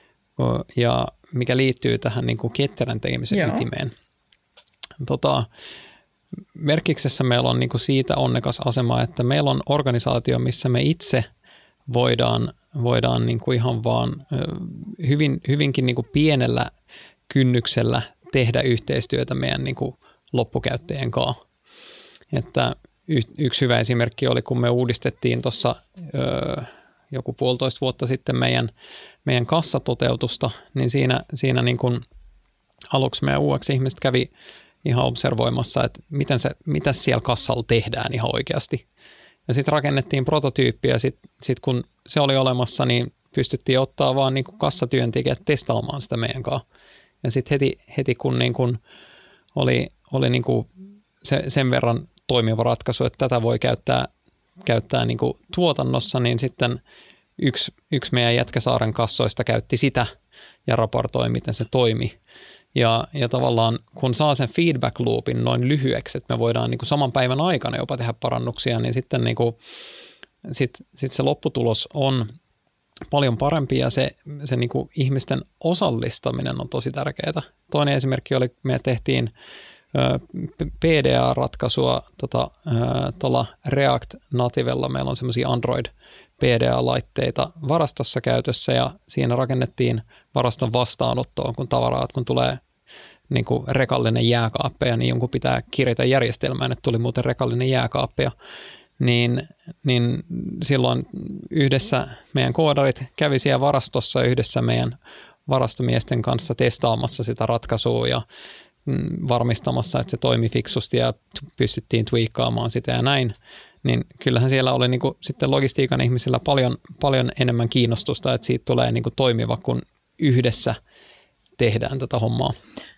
Speaker 2: ja mikä liittyy tähän niin kuin ketterän tekemisen Joo. ytimeen. Tota, Merkiksessä meillä on niin kuin siitä onnekas asema, että meillä on organisaatio, missä me itse voidaan, voidaan niin kuin ihan vaan hyvin, hyvinkin niin kuin pienellä kynnyksellä tehdä yhteistyötä meidän niin kuin loppukäyttäjien kanssa. Että yksi hyvä esimerkki oli, kun me uudistettiin tuossa joku puolitoista vuotta sitten meidän, meidän kassatoteutusta, niin siinä, siinä niin kuin aluksi meidän U X-ihmiset kävi ihan observoimassa, että miten se, mitä siellä kassalla tehdään ihan oikeasti. Ja sitten rakennettiin prototyyppiä, ja sitten sit kun se oli olemassa, niin pystyttiin ottaa vaan niin kuin kassatyöntekijät testaamaan sitä meidän kanssa. Ja sitten heti, heti kun niin kuin oli, oli niin kuin se, sen verran toimiva ratkaisu, että tätä voi käyttää käyttää niin kuin tuotannossa, niin sitten yksi, yksi meidän Jätkäsaaren kassoista käytti sitä ja raportoi, miten se toimi. Ja, ja tavallaan kun saa sen feedback loopin noin lyhyeksi, että me voidaan niin kuin saman päivän aikana jopa tehdä parannuksia, niin sitten niin kuin, sit, sit se lopputulos on paljon parempi ja se, se niin kuin ihmisten osallistaminen on tosi tärkeää. Toinen esimerkki oli, me tehtiin P D A-ratkaisua tuolla tota, React Nativella. Meillä on semmoisia Android P D A-laitteita varastossa käytössä ja siinä rakennettiin varaston vastaanottoon, kun tavaraa, kun tulee niin kuin rekallinen jääkaappeja, niin jonkun pitää kirjata järjestelmään, että tuli muuten rekallinen jääkaappeja. Niin, niin silloin yhdessä meidän koodarit kävi siellä varastossa yhdessä meidän varastomiesten kanssa testaamassa sitä ratkaisua ja varmistamassa, että se toimi fiksusti ja pystyttiin tweakkaamaan sitä ja näin, niin kyllähän siellä oli niin kuin sitten logistiikan ihmisillä paljon, paljon enemmän kiinnostusta, että siitä tulee niin kuin toimiva, kun yhdessä tehdään tätä hommaa.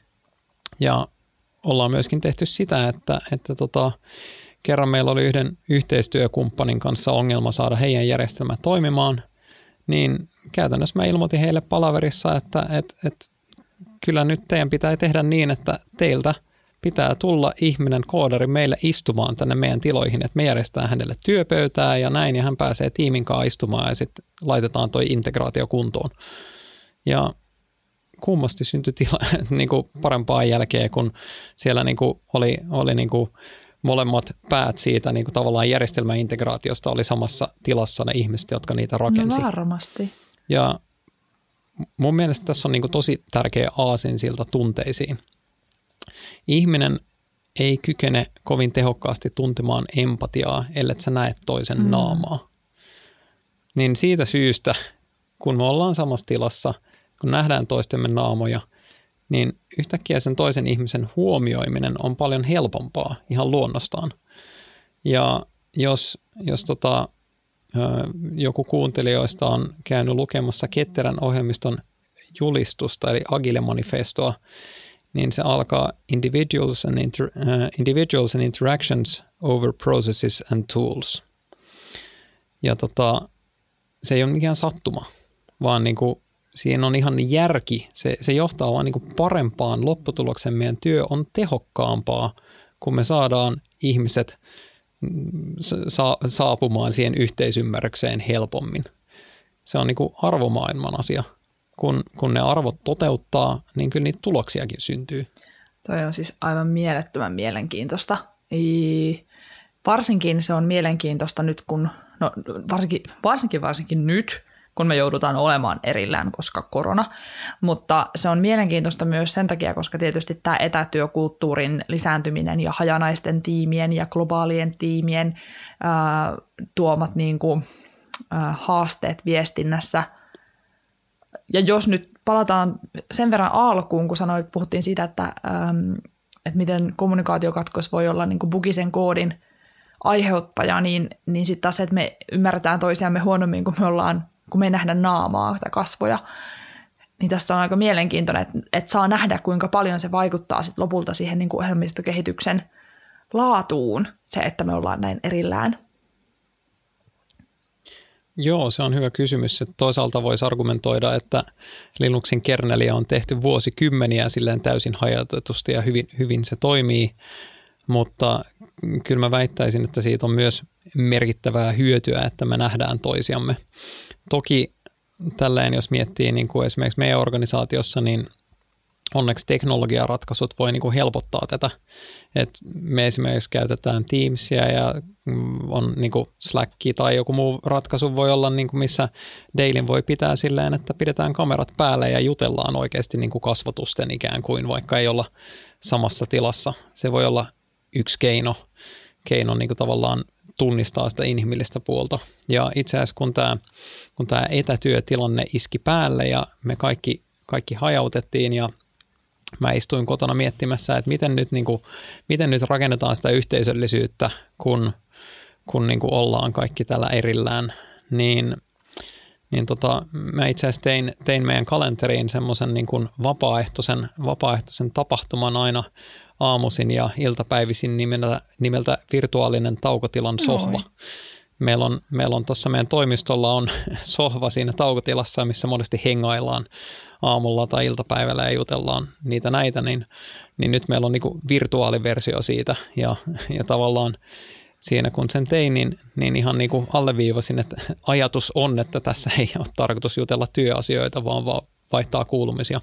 Speaker 2: Ja ollaan myöskin tehty sitä, että, että tota, kerran meillä oli yhden yhteistyökumppanin kanssa ongelma saada heidän järjestelmä toimimaan, niin käytännössä mä ilmoitin heille palaverissa, että, että, että kyllä nyt teidän pitää tehdä niin, että teiltä pitää tulla ihminen, koodari meille istumaan tänne meidän tiloihin, että me järjestetään hänelle työpöytää ja näin, ja hän pääsee tiimin kanssa istumaan ja sitten laitetaan toi integraatio kuntoon. Ja kummasti syntyi tila, niin kuin parempaa jälkeen, kun siellä niin kuin oli, oli niin kuin molemmat päät siitä niin kuin tavallaan järjestelmäintegraatiosta oli samassa tilassa ne ihmiset, jotka niitä rakensi.
Speaker 1: No varmasti.
Speaker 2: Ja mun mielestä tässä on niin kuin tosi tärkeä aasinsilta tunteisiin. Ihminen ei kykene kovin tehokkaasti tuntemaan empatiaa, ellei sä näet toisen mm. naamaa. Niin siitä syystä, kun me ollaan samassa tilassa, kun nähdään toistemme naamoja, niin yhtäkkiä sen toisen ihmisen huomioiminen on paljon helpompaa ihan luonnostaan. Ja jos, jos tota, joku kuuntelijoista on käynyt lukemassa Ketterän ohjelmiston julistusta, eli Agile Manifestoa, niin se alkaa individuals and, inter, uh, individuals and interactions over processes and tools. Ja tota, se ei ole mikään sattuma, vaan niin kuin siinä on ihan järki. Se, se johtaa vaan niin kuin parempaan lopputulokseen. Meidän työ on tehokkaampaa, kun me saadaan ihmiset sa- saapumaan siihen yhteisymmärrykseen helpommin. Se on niin kuin arvomaailman asia. Kun, kun ne arvot toteuttaa, niin kyllä niitä tuloksiakin syntyy.
Speaker 1: Toi on siis aivan mielettömän mielenkiintoista. I, varsinkin se on mielenkiintoista nyt, kun, no varsinkin, varsinkin varsinkin nyt, kun me joudutaan olemaan erillään, koska korona. Mutta se on mielenkiintoista myös sen takia, koska tietysti tämä etätyökulttuurin lisääntyminen ja hajanaisten tiimien ja globaalien tiimien ää, tuomat niin kuin, ää, haasteet viestinnässä. Ja jos nyt palataan sen verran alkuun, kun sanoit, puhuttiin siitä, että, äm, että miten kommunikaatiokatkos voi olla niin kuin bugisen koodin aiheuttaja, niin, niin sitten taas se, että me ymmärretään toisiamme huonommin, kun me, ollaan, kun me ei nähdä naamaa tai kasvoja. Niin tässä on aika mielenkiintoinen, että, että saa nähdä, kuinka paljon se vaikuttaa sit lopulta siihen niin kuin ohjelmistokehityksen laatuun, se, että me ollaan näin erillään.
Speaker 2: Joo, se on hyvä kysymys. Että toisaalta voisi argumentoida, että Linuxin kerneliä on tehty vuosikymmeniä silleen täysin hajautetusti ja hyvin, hyvin se toimii, mutta kyllä mä väittäisin, että siitä on myös merkittävää hyötyä, että me nähdään toisiamme. Toki tälleen, jos miettii niin kuin esimerkiksi meidän organisaatiossa, niin onneksi teknologiaratkaisut voi niin kuin helpottaa tätä. Et me esimerkiksi käytetään Teamsia ja on niin kuin Slack tai joku muu ratkaisu voi olla, niin kuin missä Dailyn voi pitää silleen, että pidetään kamerat päällä ja jutellaan oikeasti niin kuin kasvotusten ikään kuin, vaikka ei olla samassa tilassa. Se voi olla yksi keino, keino niin kuin tavallaan tunnistaa sitä inhimillistä puolta. Ja itse asiassa kun tämä, kun tämä etätyötilanne iski päälle ja me kaikki, kaikki hajautettiin ja mä istuin kotona miettimässä, että miten nyt, niin kuin, miten nyt rakennetaan sitä yhteisöllisyyttä, kun, kun niin kuin ollaan kaikki tällä erillään, niin, niin tota, mä itse asiassa tein, tein meidän kalenteriin semmoisen niin kuin vapaaehtoisen, vapaaehtoisen tapahtuman aina aamuisin ja iltapäivisin nimeltä, nimeltä virtuaalinen taukotilan sohva. Oi. Meillä on, meillä on tuossa meidän toimistolla on sohva siinä taukotilassa, missä monesti hengaillaan aamulla tai iltapäivällä ja jutellaan niitä näitä, niin, niin nyt meillä on niinku virtuaaliversio siitä ja, ja tavallaan siinä kun sen tein, niin, niin ihan niinku alleviivasin, että ajatus on, että tässä ei ole tarkoitus jutella työasioita, vaan vaihtaa kuulumisia.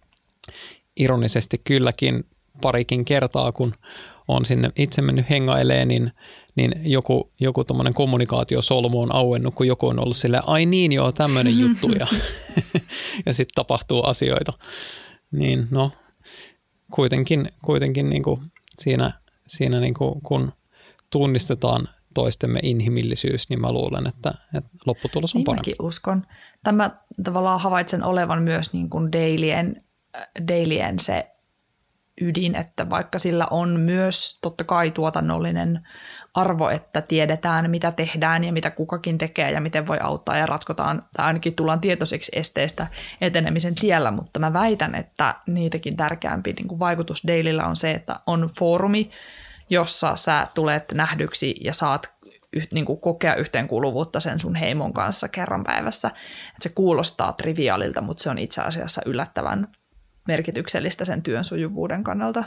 Speaker 2: Ironisesti kylläkin parikin kertaa, kun on sinne itse mennyt hengailemaan, niin, niin joku, joku tommoinen kommunikaatiosolmu on auennut, kun joku on ollut silleen, ai niin joo, tämmöinen juttu, ja, ja sitten tapahtuu asioita. Niin no, kuitenkin, kuitenkin niin kuin siinä, siinä niin kuin, kun tunnistetaan toistemme inhimillisyys, niin mä luulen, että, että lopputulos on
Speaker 1: niin
Speaker 2: parempi.
Speaker 1: Mäkin uskon. Tämä tavallaan havaitsen olevan myös niin kuin Dailyen, Dailyen se ydin, että vaikka sillä on myös totta kai tuotannollinen arvo, että tiedetään mitä tehdään ja mitä kukakin tekee ja miten voi auttaa ja ratkotaan, tai ainakin tullaan tietoiseksi esteistä etenemisen tiellä, mutta mä väitän, että niitäkin tärkeämpi niin kuin vaikutus Dailyllä on se, että on foorumi, jossa sä tulet nähdyksi ja saat niin kuin kokea yhteenkuuluvuutta sen sun heimon kanssa kerran päivässä. Että se kuulostaa triviaalilta, mutta se on itse asiassa yllättävän merkityksellistä sen työn sujuvuuden kannalta.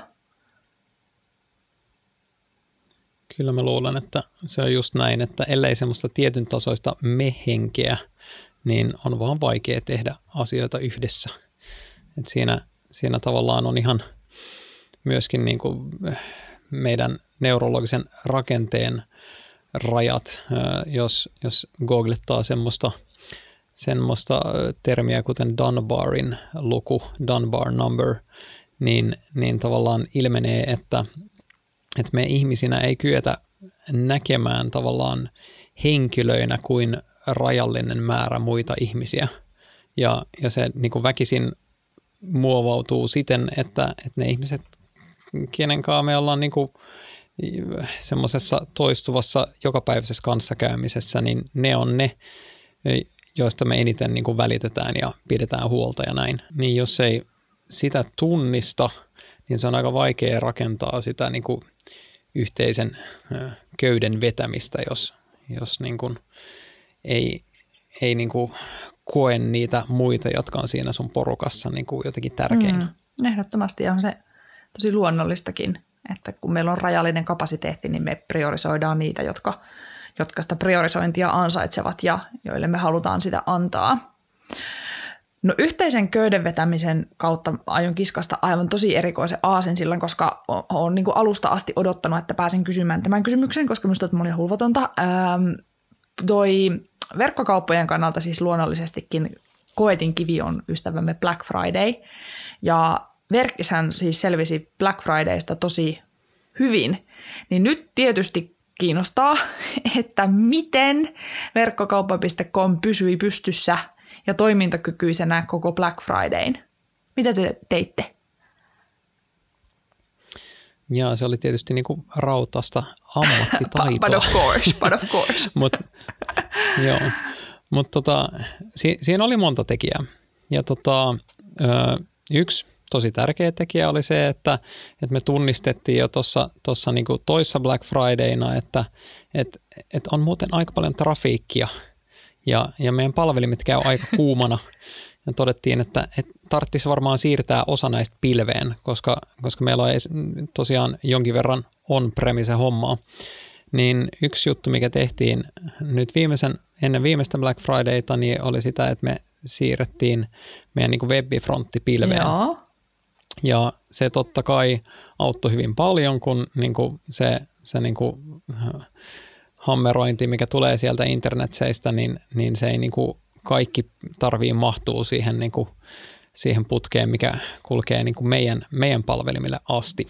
Speaker 2: Kyllä mä luulen, että se on just näin, että ellei semmoista tietyn tasoista me-henkeä, niin on vaan vaikea tehdä asioita yhdessä. Et siinä, siinä tavallaan on ihan myöskin niin kuin meidän neurologisen rakenteen rajat, jos, jos googlettaa semmoista semmoista termiä kuten Dunbarin luku, Dunbar number, niin, niin tavallaan ilmenee, että, että me ihmisinä ei kyetä näkemään tavallaan henkilöinä kuin rajallinen määrä muita ihmisiä. Ja, ja se niin kuin väkisin muovautuu siten, että, että ne ihmiset, kenen kanssa me ollaan niin kuin semmoisessa toistuvassa jokapäiväisessä kanssakäymisessä, niin ne on ne, joista me eniten niin kuin välitetään ja pidetään huolta ja näin. Niin jos ei sitä tunnista, niin se on aika vaikea rakentaa sitä niin kuin yhteisen köyden vetämistä, jos, jos niin kuin ei, ei niin kuin koe niitä muita, jotka on siinä sun porukassa niin kuin jotenkin tärkeinä.
Speaker 1: Mm, ehdottomasti, ja on se tosi luonnollistakin, että kun meillä on rajallinen kapasiteetti, niin me priorisoidaan niitä, jotka, jotka sitä priorisointia ansaitsevat ja joille me halutaan sitä antaa. No yhteisen köyden vetämisen kautta aion kiskasta aivan tosi erikoisen aasinsillan, koska olen niin kuin alusta asti odottanut, että pääsen kysymään tämän kysymyksen, koska minusta tämä oli hulvatonta. Ähm, toi verkkokauppojen kannalta siis luonnollisestikin koetin kivi on ystävämme Black Friday. Ja Verkkishän siis selvisi Black Fridaysta tosi hyvin. Niin nyt tietysti kiinnostaa, että miten verkkokauppa piste com pysyi pystyssä ja toimintakykyisenä koko Black Fridayn. Mitä te teitte?
Speaker 2: Jaa, se oli tietysti niinku rautasta ammattitaitoa.
Speaker 1: But of course, but of course.
Speaker 2: Mut, joo, mutta tota, si, siinä oli monta tekijää. Ja tota, ö, yksi tosi tärkeä tekijä oli se, että, että me tunnistettiin jo tuossa niinku toissa Black Fridayna, että et, et on muuten aika paljon trafiikkia ja, ja meidän palvelimet käy aika kuumana. Ja todettiin, että, että tarvitsisi varmaan siirtää osa näistä pilveen, koska, koska meillä on tosiaan jonkin verran on-premise hommaa. Niin yksi juttu, mikä tehtiin nyt viimeisen, ennen viimeistä Black Fridayta, niin oli sitä, että me siirrettiin meidän niin kuin web-frontti pilveen.
Speaker 1: Joo.
Speaker 2: Ja se totta kai auttoi hyvin paljon, kun niin kuin se, se niin kuin hammerointi, mikä tulee sieltä internetseistä, niin, niin se ei niin kuin kaikki tarvii mahtuu siihen, niin kuin, siihen putkeen, mikä kulkee niin kuin meidän, meidän palvelimille asti.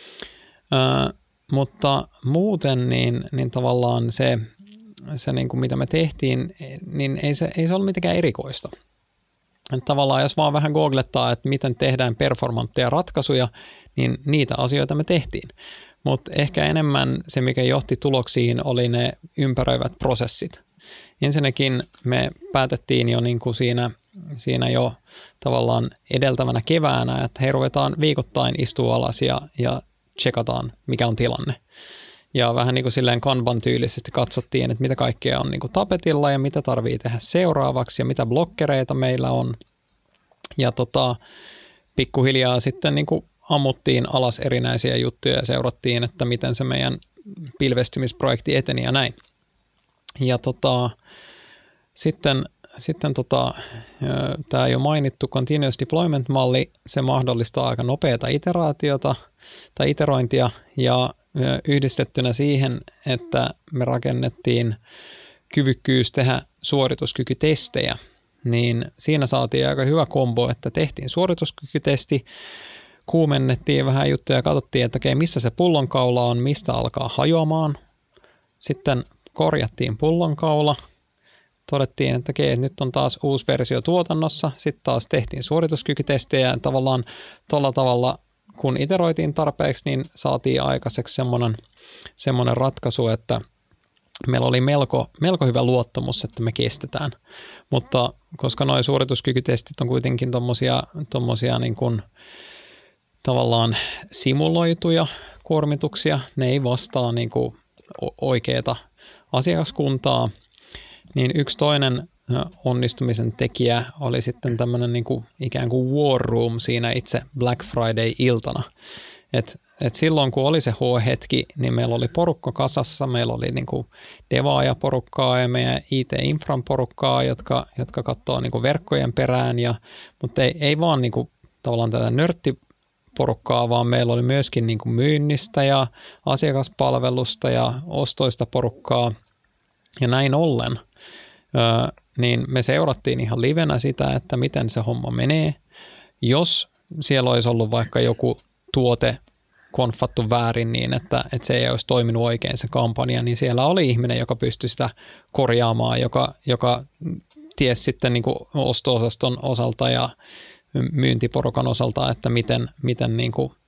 Speaker 2: Ö, mutta muuten niin, niin tavallaan se, se niin kuin mitä me tehtiin, niin ei se, ei se ollut mitenkään erikoista. Että tavallaan jos vaan vähän googlettaa, että miten tehdään performantteja ratkaisuja, niin niitä asioita me tehtiin. Mutta ehkä enemmän se, mikä johti tuloksiin, oli ne ympäröivät prosessit. Ensinnäkin me päätettiin jo niin kuin siinä, siinä jo tavallaan edeltävänä keväänä, että hei, ruvetaan viikoittain istua alas ja, ja tsekataan, mikä on tilanne. Ja vähän niin kuin silleen Kanban-tyylisesti katsottiin, että mitä kaikkea on niin kuin tapetilla ja mitä tarvii tehdä seuraavaksi ja mitä blokkereita meillä on. Ja tota, pikkuhiljaa sitten niin kuin ammuttiin alas erinäisiä juttuja ja seurattiin, että miten se meidän pilvestymisprojekti eteni ja näin. Ja tota, sitten, sitten tota, tämä jo mainittu continuous deployment-malli, se mahdollistaa aika nopeata iteraatiota tai iterointia ja yhdistettynä siihen, että me rakennettiin kyvykkyys tehdä suorituskykytestejä, niin siinä saatiin aika hyvä kombo, että tehtiin suorituskykytesti, kuumennettiin vähän juttuja ja katsottiin, että okei, missä se pullonkaula on, mistä alkaa hajoamaan. Sitten korjattiin pullonkaula, todettiin, että okei, nyt on taas uusi versio tuotannossa, sitten taas tehtiin suorituskykytestejä ja tavallaan tuolla tavalla, kun iteroitiin tarpeeksi, niin saatiin aikaiseksi semmoinen, semmoinen ratkaisu, että meillä oli melko, melko hyvä luottamus, että me kestetään. Mutta koska nuo suorituskykytestit on kuitenkin tommosia, tommosia niin kuin tavallaan simuloituja kuormituksia, ne ei vastaa niin kuin oikeata asiakaskuntaa, niin yksi toinen onnistumisen tekijä oli sitten tämmöinen niin kuin ikään kuin war room siinä itse Black Friday-iltana. Et, et silloin kun oli se H-hetki, niin meillä oli porukka kasassa, meillä oli niin kuin devaajaporukkaa ja meidän I T-infran porukkaa, jotka, jotka katsoo niin kuin verkkojen perään, ja, mutta ei, ei vaan niin kuin tavallaan tätä nörttiporukkaa, vaan meillä oli myöskin niin kuin myynnistä ja asiakaspalvelusta ja ostoista porukkaa, ja näin ollen. Öö, niin me seurattiin ihan livenä sitä, että miten se homma menee. Jos siellä olisi ollut vaikka joku tuote konfattu väärin niin, että, että se ei olisi toiminut oikein se kampanja, niin siellä oli ihminen, joka pystyi sitä korjaamaan, joka, joka tiesi sitten niin kuin osto-osaston osalta ja myyntiporukan osalta, että miten, miten niin kuin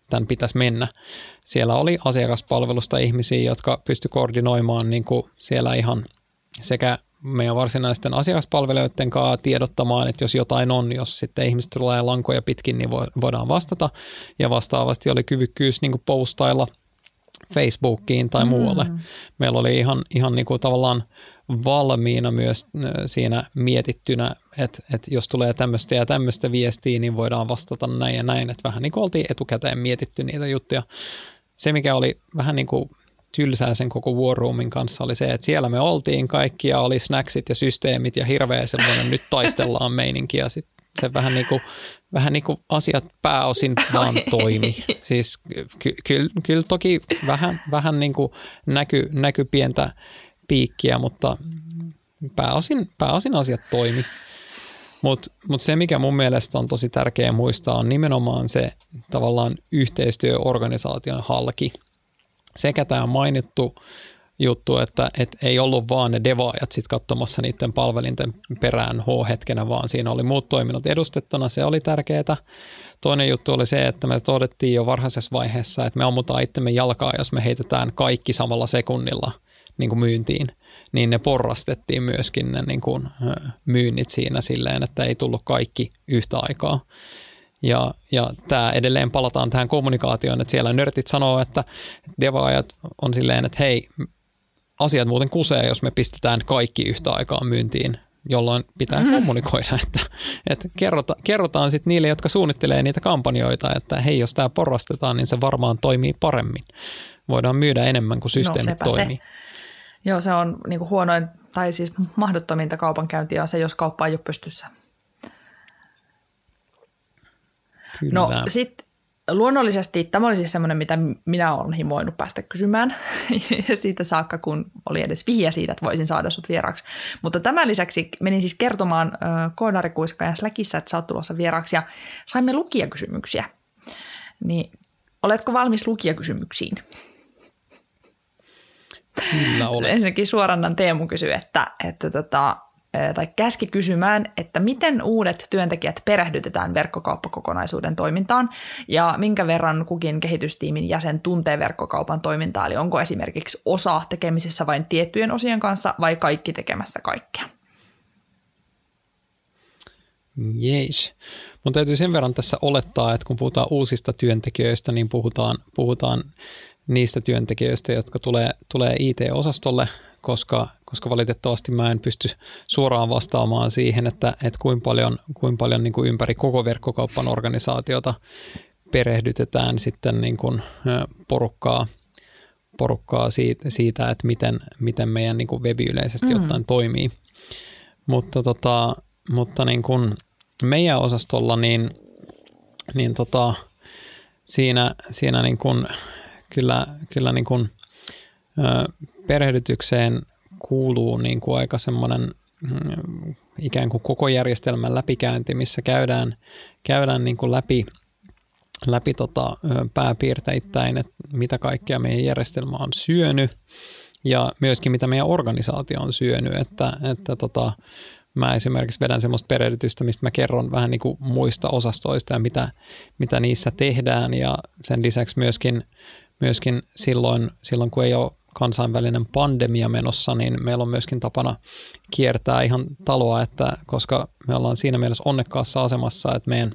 Speaker 2: tämän pitäisi mennä. Siellä oli asiakaspalvelusta ihmisiä, jotka pysty koordinoimaan niin kuin siellä ihan sekä meidän varsinaisten asiakaspalvelijoiden kanssa tiedottamaan, että jos jotain on, jos sitten ihmiset tulee lankoja pitkin, niin voidaan vastata. Ja vastaavasti oli kyvykkyys niin kuin postailla Facebookiin tai muualle. Mm. Meillä oli ihan, ihan niin kuin tavallaan valmiina myös siinä mietittynä, että, että jos tulee tämmöistä ja tämmöistä viestiä, niin voidaan vastata näin ja näin. Että vähän niin kuin oltiin etukäteen mietitty niitä juttuja. Se, mikä oli vähän niin kuin tylsää sen koko War Roomin kanssa, oli se, että siellä me oltiin kaikki ja oli snacksit ja systeemit ja hirveä semmoinen nyt taistellaan meininki ja sitten se vähän niin kuin, vähän niin kuin asiat pääosin vaan toimi. Siis ky- kyllä ky- toki vähän, vähän niin kuin näky, näky pientä piikkiä, mutta pääosin, pääosin asiat toimi. Mutta mut se, mikä mun mielestä on tosi tärkeää muistaa, on nimenomaan se tavallaan yhteistyöorganisaation halki. Sekä tämä mainittu juttu, että et ei ollut vaan ne devaajat sit katsomassa niiden palvelinten perään H-hetkenä, vaan siinä oli muut toiminnot edustettuna, se oli tärkeää. Toinen juttu oli se, että me todettiin jo varhaisessa vaiheessa, että me ammutaan itsemme jalkaa, jos me heitetään kaikki samalla sekunnilla niin kuin myyntiin, niin ne porrastettiin myöskin ne niin kuin myynnit siinä silleen, että ei tullut kaikki yhtä aikaa. Ja, ja tämä edelleen palataan tähän kommunikaatioon, että siellä nörtit sanoo, että devaajat on silleen, että hei, asiat muuten kusee, jos me pistetään kaikki yhtä aikaa myyntiin, jolloin pitää mm. kommunikoida, että, että kerrota, kerrotaan sitten niille, jotka suunnittelee niitä kampanjoita, että hei, jos tämä porrastetaan, niin se varmaan toimii paremmin. Voidaan myydä enemmän kuin systeemit no, toimii. Se.
Speaker 1: Joo, se on niin kuin huonoin tai siis mahdottominta kaupankäyntiä on se, jos kauppa ei ole pystyssä.
Speaker 2: Kyllä.
Speaker 1: No sitten luonnollisesti tämä oli siis semmoinen, mitä minä olen himoinut päästä kysymään siitä saakka, kun oli edes vihje siitä, että voisin saada sut vieraaksi. Mutta tämän lisäksi menin siis kertomaan äh, Koodarikuiskajan Slackissa, että sä oot tulossa vieraaksi ja saimme lukijakysymyksiä. Niin oletko valmis lukijakysymyksiin?
Speaker 2: Kyllä olen.
Speaker 1: Ensinnäkin suorannan Teemu kysyi, että, että tota, tai käski kysymään, että miten uudet työntekijät perehdytetään verkkokauppakokonaisuuden toimintaan ja minkä verran kukin kehitystiimin jäsen tuntee verkkokaupan toimintaa, eli onko esimerkiksi osa tekemisessä vain tiettyjen osien kanssa vai kaikki tekemässä kaikkea?
Speaker 2: Jees. Mun täytyy sen verran tässä olettaa, että kun puhutaan uusista työntekijöistä, niin puhutaan, puhutaan niistä työntekijöistä, jotka tulee, tulee I T-osastolle, koska, koska valitettavasti mä en pysty suoraan vastaamaan siihen, että, että kuinka paljon, kuinka paljon niin kuin ympäri koko verkkokauppan organisaatiota perehdytetään sitten niin kuin porukkaa, porukkaa siitä, siitä, että miten, miten meidän niin kuin webi yleisesti mm. ottaen toimii. Mutta, tota, mutta niin kuin meidän osastolla niin, niin tota, siinä, siinä niin kuin kyllä, kyllä niin kuin, ö, perehdytykseen kuuluu niin kuin aika semmoinen mm, ikään kuin koko järjestelmän läpikäynti, missä käydään, käydään niin kuin läpi, läpi tota, pääpiirteittäin, että mitä kaikkea meidän järjestelmä on syönyt ja myöskin mitä meidän organisaatio on syönyt, että, että tota, mä esimerkiksi vedän semmoista perehdytystä, mistä mä kerron vähän niin kuin muista osastoista ja mitä, mitä niissä tehdään ja sen lisäksi myöskin, myöskin silloin, silloin, kun ei ole kansainvälinen pandemia menossa, niin meillä on myöskin tapana kiertää ihan taloa, että koska me ollaan siinä mielessä onnekkaassa asemassa, että meidän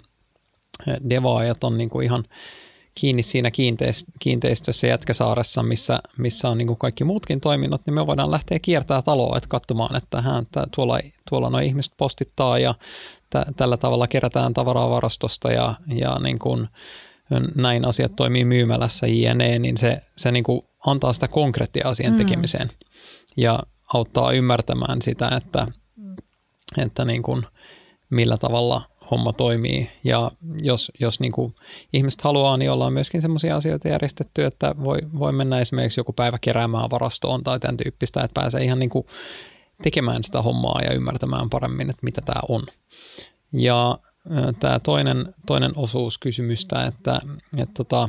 Speaker 2: devaajat on niin kuin ihan kiinni siinä kiinteistössä Jätkäsaaressa, missä, missä on niin kuin kaikki muutkin toiminnot, niin me voidaan lähteä kiertämään taloa, että katsomaan, että hän, tuolla, tuolla nuo ihmiset postittaa ja t- tällä tavalla kerätään tavaraa varastosta ja, ja niin kuin näin asiat toimii myymälässä jne, niin se, se niin kuin antaa sitä konkreettia asian tekemiseen mm. ja auttaa ymmärtämään sitä, että, että niin kuin millä tavalla homma toimii. Ja jos, jos niin kuin ihmiset haluaa, niin ollaan myöskin sellaisia asioita järjestetty, että voi, voi mennä esimerkiksi joku päivä keräämään varastoon tai tämän tyyppistä, että pääsee ihan niin kuin tekemään sitä hommaa ja ymmärtämään paremmin, että mitä tämä on. Ja tämä toinen, toinen osuus kysymystä, että, että tota,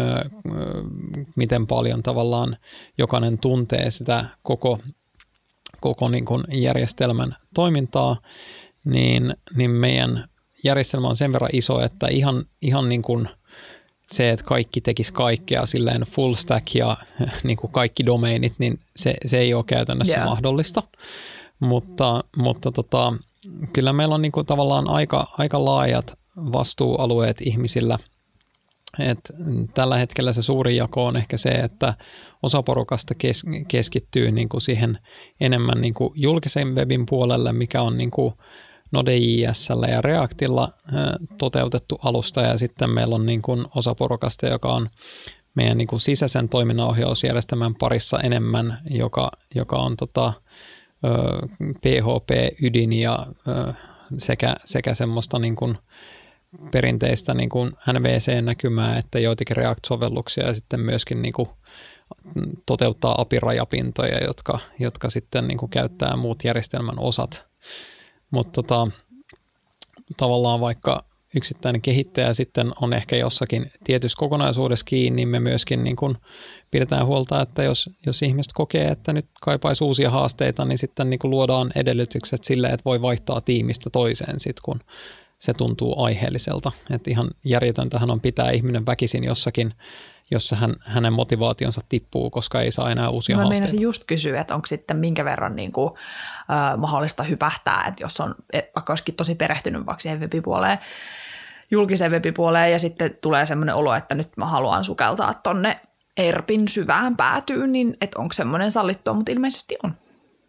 Speaker 2: miten paljon tavallaan jokainen tuntee sitä koko, koko niin kuin järjestelmän toimintaa, niin, niin meidän järjestelmä on sen verran iso, että ihan, ihan niin kuin se, että kaikki tekisi kaikkea silleen full stack ja niin kuin kaikki domeinit, niin se, se ei ole käytännössä yeah. mahdollista. Mutta, mutta tota, kyllä meillä on niin kuin tavallaan aika, aika laajat vastuualueet ihmisillä. Et tällä hetkellä se suurin jako on ehkä se, että osa porukasta kes, keskittyy niin kuin siihen enemmän niin kuin julkisen webin puolelle, mikä on niin kuin Node.js:llä ja Reactilla toteutettu alusta, ja sitten meillä on niin kuin osa porukasta, joka on meidän niin kuin sisäisen toiminnanohjausjärjestelmän parissa enemmän, joka, joka on tota, P H P-ydin ja sekä, sekä semmoista niin kuin perinteistä niin kuin N V C-näkymää, että joitakin React-sovelluksia ja sitten myöskin niin kuin toteuttaa A P I-rajapintoja, jotka, jotka sitten niin kuin käyttää muut järjestelmän osat. Mutta tota, tavallaan vaikka yksittäinen kehittäjä sitten on ehkä jossakin tietyssä kokonaisuudessa kiinni, niin me myöskin niin kun pidetään huolta, että jos, jos ihmiset kokee, että nyt kaipaisi uusia haasteita, niin sitten niin kun luodaan edellytykset sille, että voi vaihtaa tiimistä toiseen sit, kun se tuntuu aiheelliselta. Että ihan järjetöntähän on pitää ihminen väkisin jossakin, jossa hän, hänen motivaationsa tippuu, koska ei saa enää uusia
Speaker 1: no,
Speaker 2: haasteita. Mä
Speaker 1: meinasin just kysyä, että onko sitten minkä verran niin kuin, äh, mahdollista hypähtää, että jos on vaikka olisikin tosi perehtynyt vaikka siihen webipuoleen, julkiseen webipuoleen, ja sitten tulee semmoinen olo, että nyt mä haluan sukeltaa tonne ERPin syvään päätyyn, niin että onko semmoinen sallittua, mutta ilmeisesti on.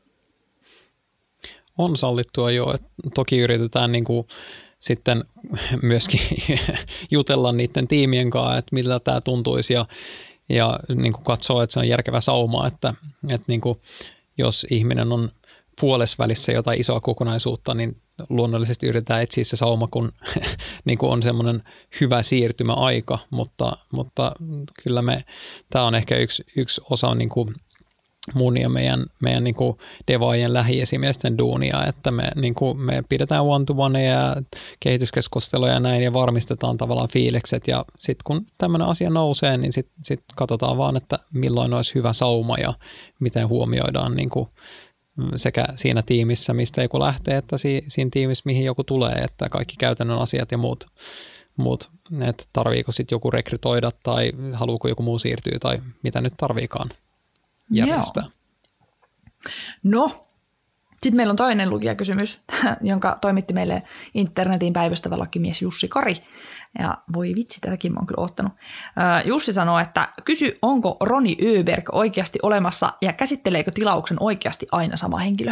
Speaker 2: On sallittua jo, että toki yritetään niin kuin sitten myöskin jutella niiden tiimien kanssa, että miltä tämä tuntuisi ja, ja niin kuin katsoo, että se on järkevä sauma, että, että niin kuin jos ihminen on puolesvälissä jotain isoa kokonaisuutta, niin luonnollisesti yritetään etsiä se sauma, kun niin kuin on semmoinen hyvä siirtymäaika, mutta, mutta kyllä me, tämä on ehkä yksi, yksi osa niin kuin mun ja meidän, meidän niin kuin devaajien lähiesimiesten duunia, että me, niin kuin me pidetään one-to-one ja kehityskeskusteluja ja näin ja varmistetaan tavallaan fiilikset ja sitten kun tämmöinen asia nousee, niin sitten sit katsotaan vaan, että milloin olisi hyvä sauma ja miten huomioidaan niin kuin sekä siinä tiimissä, mistä joku lähtee, että si, siinä tiimissä, mihin joku tulee, että kaikki käytännön asiat ja muut, muut että tarviiko sitten joku rekrytoida tai haluuko joku muu siirtyä tai mitä nyt tarviikaan järjestää.
Speaker 1: Joo. No, sitten meillä on toinen lukijakysymys, jonka toimitti meille internetin päivystävä lakimies Jussi Kari. Ja voi vitsi, tätäkin mä oon kyllä ottanut. Jussi sanoo, että kysy, onko Roni Öberg oikeasti olemassa ja käsitteleekö tilauksen oikeasti aina sama henkilö?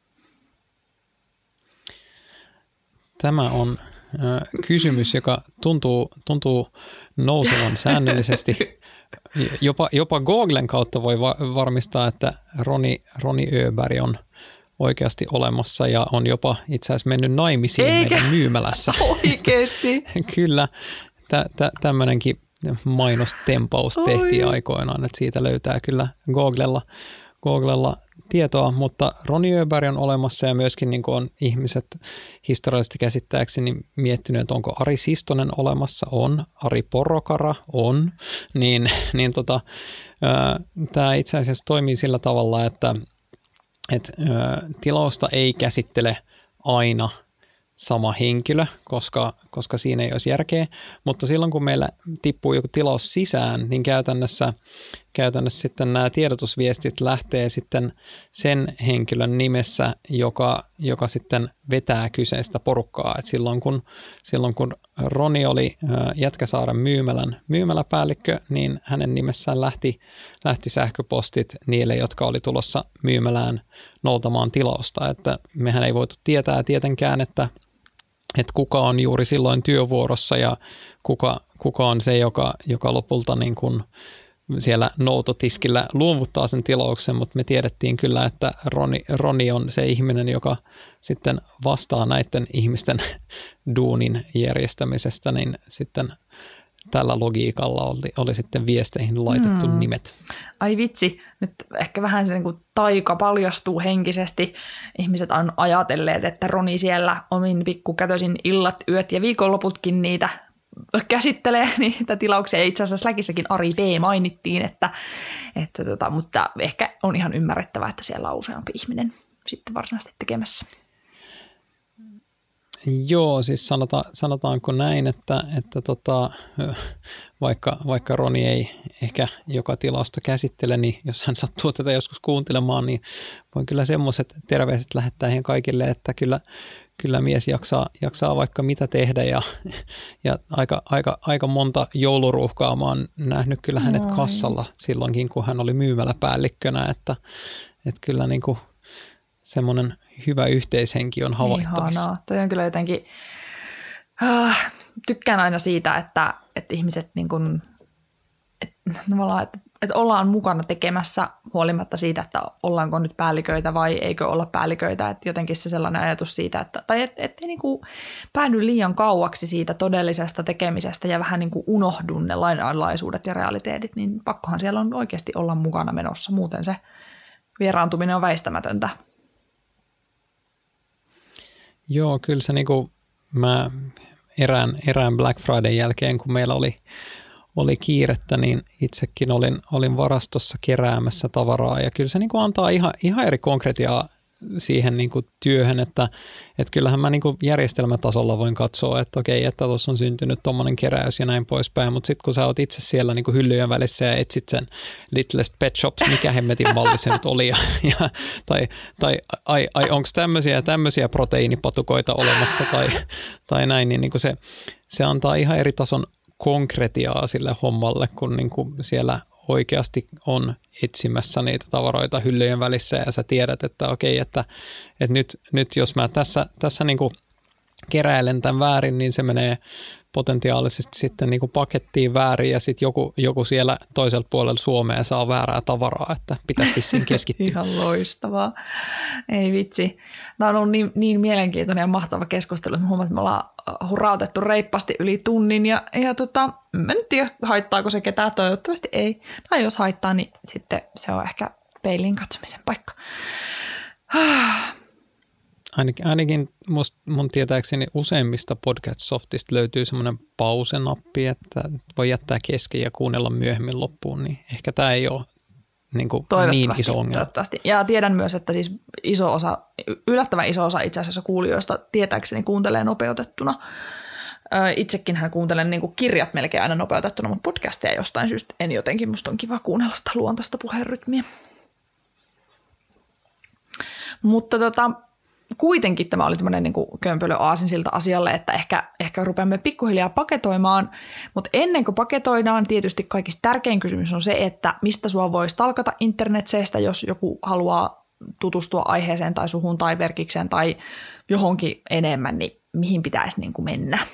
Speaker 2: Tämä on kysymys, joka tuntuu, tuntuu nousevan säännöllisesti. Jopa, jopa Googlen kautta voi va- varmistaa, että Roni, Roni Öberg on oikeasti olemassa ja on jopa itse asiassa mennyt naimisiin Eikä. meidän myymälässä.
Speaker 1: Oikeasti?
Speaker 2: Kyllä, tä, tä, tämmöinenkin mainostempaus Oi. tehtiin aikoinaan, että siitä löytää kyllä Googlella, Googlella tietoa, mutta Roni Öberg on olemassa ja myöskin niin kuin on ihmiset historiallisesti käsittääkseni miettinyt, että onko Ari Sistonen olemassa, on, Ari Porokara on, niin, niin tota, tämä itse asiassa toimii sillä tavalla, että et, ä, tilausta ei käsittele aina sama henkilö, koska, koska siinä ei olisi järkeä, mutta silloin kun meillä tippuu joku tilaus sisään, niin käytännössä, käytännössä sitten nämä tiedotusviestit lähtee sitten sen henkilön nimessä, joka, joka sitten vetää kyseistä porukkaa. Et silloin, kun, silloin kun Roni oli Jätkäsaaren myymälän myymäläpäällikkö, niin hänen nimessään lähti, lähti sähköpostit niille, jotka oli tulossa myymälään noutamaan tilausta. Että mehän ei voitu tietää tietenkään, että että kuka on juuri silloin työvuorossa ja kuka, kuka on se, joka, joka lopulta niin kuin siellä noutotiskillä luovuttaa sen tilauksen, mutta me tiedettiin kyllä, että Roni, Roni on se ihminen, joka sitten vastaa näiden ihmisten duunin järjestämisestä, niin sitten tällä logiikalla oli, oli sitten viesteihin laitettu hmm. nimet.
Speaker 1: Ai vitsi, nyt ehkä vähän se niin kuin taika paljastuu henkisesti. Ihmiset on ajatelleet, että Roni siellä omin pikkukätöisin illat, yöt ja viikonloputkin niitä käsittelee niitä tilauksia. Itse asiassa Slackissakin Ari B. mainittiin, että, että tota, mutta ehkä on ihan ymmärrettävää, että siellä on useampi ihminen sitten varsinaisesti tekemässä.
Speaker 2: Joo, siis sanota, sanotaanko näin, että, että tota, vaikka, vaikka Roni ei ehkä joka tilausta käsittele, niin jos hän sattuu tätä joskus kuuntelemaan, niin voin kyllä semmoiset terveiset lähettää heidän kaikille, että kyllä, kyllä mies jaksaa, jaksaa vaikka mitä tehdä ja, ja aika, aika, aika monta jouluruuhkaa mä oon nähnyt kyllä hänet
Speaker 1: Noin. Kassalla
Speaker 2: silloinkin, kun hän oli myymäläpäällikkönä, että, että kyllä niin kuin semmoinen hyvä yhteishenki on havaittavissa.
Speaker 1: Ihanaa. Toi on kyllä jotenkin, äh, tykkään aina siitä, että, että ihmiset niin kuin, että, että, että ollaan mukana tekemässä huolimatta siitä, että ollaanko nyt päälliköitä vai eikö olla päälliköitä. Että jotenkin se sellainen ajatus siitä, että, tai et, ettei niin kuin päädy liian kauaksi siitä todellisesta tekemisestä ja vähän niin kuin unohdu ne lainalaisuudet ja realiteetit, niin pakkohan siellä on oikeasti olla mukana menossa. Muuten se vieraantuminen on väistämätöntä.
Speaker 2: Joo, kyllä se niin kuin mä erään, erään Black Friday jälkeen, kun meillä oli, oli kiirettä, niin itsekin olin, olin varastossa keräämässä tavaraa ja kyllä se niin kuin antaa ihan, ihan eri konkretiaa siihen niin kuin työhön, että, että kyllähän mä niin kuin järjestelmätasolla voin katsoa, että okei, että tuossa on syntynyt tommonen keräys ja näin poispäin, mutta sitten kun sä oot itse siellä niin kuin hyllyjen välissä ja etsit sen Littlest Pet Shops, mikä hemmetin malli se nyt oli, ja, ja, tai, tai ai, ai onko tämmöisiä tämmöisiä proteiinipatukoita olemassa tai, tai näin, niin, niin kuin se, se antaa ihan eri tason konkretiaa sille hommalle, kun niin kuin siellä oikeasti on etsimässä niitä tavaroita hyllyjen välissä ja sä tiedät, että okei, että, että nyt, nyt jos mä tässä, tässä niin kuin keräilen tämän väärin, niin se menee potentiaalisesti sitten niin kuin pakettiin väärin ja sitten joku, joku siellä toisella puolella Suomea saa väärää tavaraa, että pitäisi vissiin keskittyä.
Speaker 1: Ihan loistavaa. Ei vitsi. Tämä on ollut niin, niin mielenkiintoinen ja mahtava keskustelu, että huomaat, että me ollaan hurautettu reippaasti yli tunnin ja, ja tota, mä en tiedä, haittaako se ketään, toivottavasti ei. Tai jos haittaa, niin sitten se on ehkä peiliin katsomisen paikka.
Speaker 2: Ainakin, ainakin must, mun tietääkseni useimmista podcast-softista löytyy semmoinen pause-nappi, että voi jättää kesken ja kuunnella myöhemmin loppuun, niin ehkä tämä ei ole niin, kuin niin iso ongelma.
Speaker 1: Toivottavasti. Ja tiedän myös, että siis iso osa, yllättävän iso osa itse asiassa kuulijoista tietääkseni kuuntelee nopeutettuna. Itsekin hän kuuntelen niin kuin kirjat melkein aina nopeutettuna, mutta podcasteja jostain syystä en jotenkin. Musta on kiva kuunnella sitä luontaista puheenrytmiä. Mutta tota... Kuitenkin tämä oli tämmöinen niin kuin kömpelö aasinsilta asialle, että ehkä, ehkä rupeamme pikkuhiljaa paketoimaan, mutta ennen kuin paketoidaan, tietysti kaikista tärkein kysymys on se, että mistä sua voi stalkata internetseistä, jos joku haluaa tutustua aiheeseen tai suhun tai verkikseen tai johonkin enemmän, niin mihin pitäisi niin kuin mennä?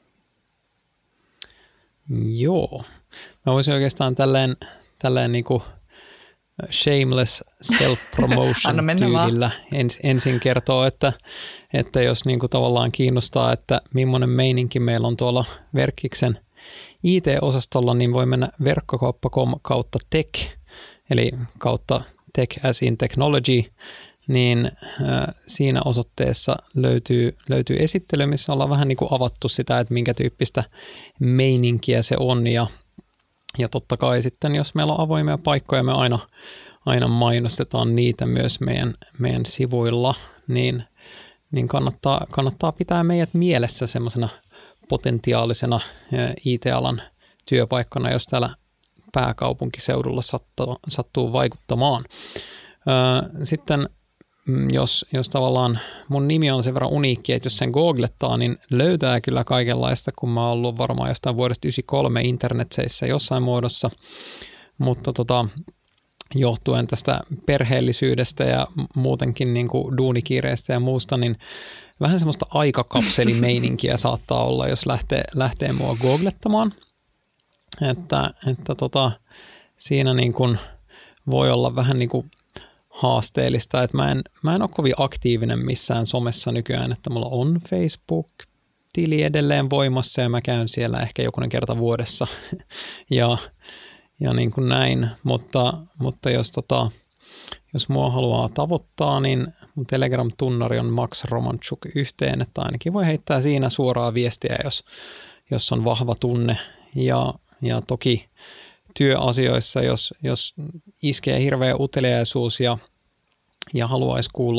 Speaker 2: Joo, mä voisin oikeastaan tälleen, tälleen niin kuin shameless self-promotion tyylillä ens, ensin kertoo, että, että jos niin kuin tavallaan kiinnostaa, että millainen meininki meillä on tuolla Verkkiksen I T-osastolla, niin voi mennä verkkokauppa piste com kautta tech, eli kautta tech as in technology, niin äh, siinä osoitteessa löytyy, löytyy esittely, missä ollaan vähän niin kuin avattu sitä, että minkä tyyppistä meininkiä se on, ja Ja totta kai sitten, jos meillä on avoimia paikkoja, me aina, aina mainostetaan niitä myös meidän, meidän sivuilla, niin, niin kannattaa, kannattaa pitää meidät mielessä semmoisena potentiaalisena I T-alan työpaikkana, jos täällä pääkaupunkiseudulla sattuu, sattuu vaikuttamaan. Sitten jos, jos tavallaan mun nimi on sen verran uniikki, että jos sen googlettaa, niin löytää kyllä kaikenlaista, kun mä oon ollut varmaan jostain vuodesta yhdeksänkymmentäkolme internetseissä jossain muodossa, mutta tota, johtuen tästä perheellisyydestä ja muutenkin niin kuin duunikiireestä ja muusta, niin vähän semmoista aikakapselimeininkiä saattaa olla, jos lähtee, lähtee mua googlettamaan, että, että tota, siinä niin kuin voi olla vähän niin kuin haasteellista, että mä en, mä en ole kovin aktiivinen missään somessa nykyään, että mulla on Facebook-tili edelleen voimassa ja mä käyn siellä ehkä jokunen kerta vuodessa ja, ja niin kuin näin, mutta, mutta jos, tota, jos mua haluaa tavoittaa, niin mun Telegram-tunnari on Max Romanchuk yhteen, että ainakin voi heittää siinä suoraa viestiä, jos, jos on vahva tunne ja, ja toki työasioissa, jos, jos iskee hirveä uteliaisuus ja, ja haluaisi kuulla,